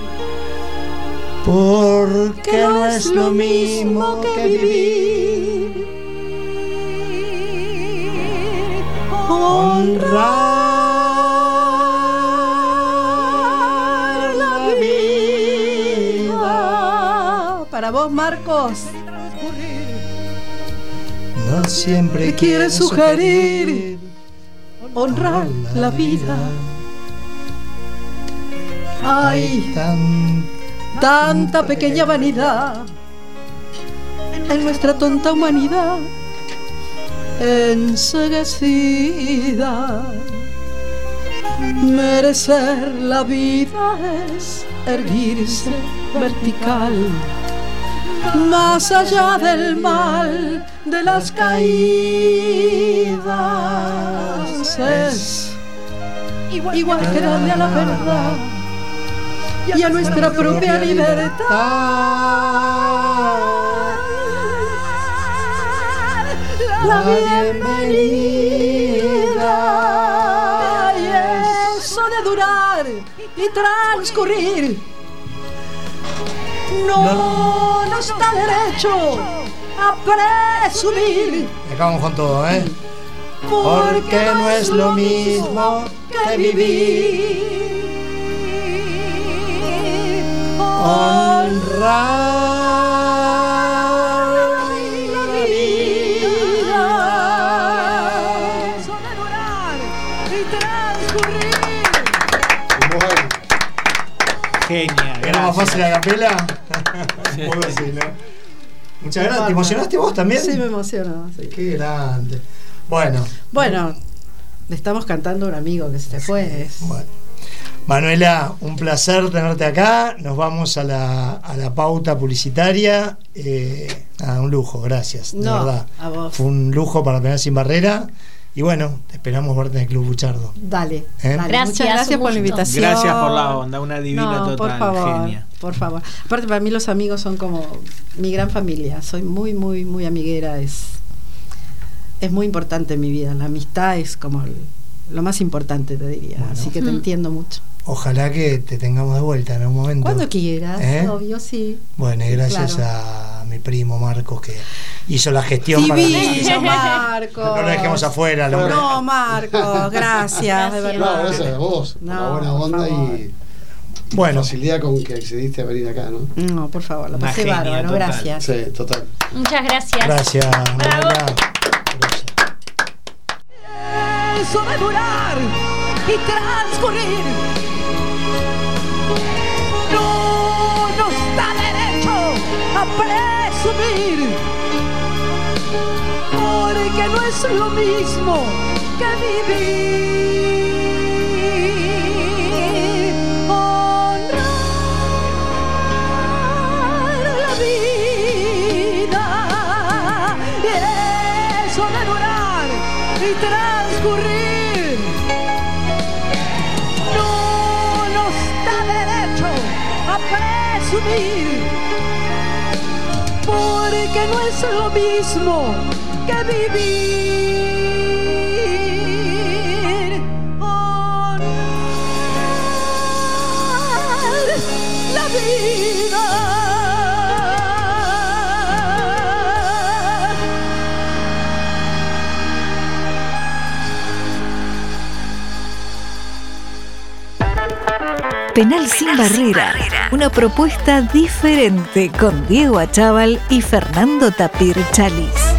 Porque no es lo mismo que vivir. Honrar la vida. Para vos, Marcos, No siempre te quiere sugerir honrar la vida. Hay tanta pequeña vanidad en nuestra tonta humanidad enseguecida. Merecer la vida es erguirse vertical, más allá del mal de las caídas. Es igual que darle a la verdad y a nuestra propia libertad la bienvenida. Y eso de durar y transcurrir no nos da derecho a presumir, Acabamos con todo, ¿eh? porque no es lo mismo que vivir. Honrar la vida. Eso de durar y transcurrir. Genia, ¿Era más fácil gracias. la capela? Un poco así, ¿no? Muchas gracias. ¿Te emocionaste vos también? Sí, me emocionó. Sí. Qué grande. Bueno, Le estamos cantando a un amigo que se fue. bueno. Manuela, un placer tenerte acá. Nos vamos a la pauta publicitaria. Un lujo, gracias. De verdad. A vos. Fue un lujo para Penal Sin Barrera. Y bueno, te esperamos verte en el Club Buchardo. Dale. Gracias, Muchas gracias un por la gusto. invitación. Gracias por la onda, una divina No, total, por favor, genia. por favor. Aparte, para mí los amigos son como mi gran familia. Soy muy, muy, muy amiguera. es muy importante en mi vida. La amistad es como lo más importante, te diría. Bueno. Así que te entiendo mucho. Ojalá que te tengamos de vuelta en algún momento. Cuando quieras, obvio, sí. Bueno, y gracias claro. a mi primo Marcos que hizo la gestión para Divino, Marcos. No lo dejemos afuera. No, Marcos, gracias, de No, verdad. gracias a vos, por la buena onda y bueno, facilidad con que accediste a venir acá, ¿no? No, por favor, lo Una pasé genia, bárbaro, total. gracias. Sí, total. Muchas gracias. gracias. Bravo. Manuela. Eso de durar y transcurrir no nos da derecho a presumir, porque no es lo mismo que vivir. Honrar la vida y eso de durar y transcurrir no nos da derecho a presumir, porque no es lo mismo que vivir. Honrar la vida. Penal sin barrera, una propuesta diferente con Diego Achával y Fernando Tapir Chalis.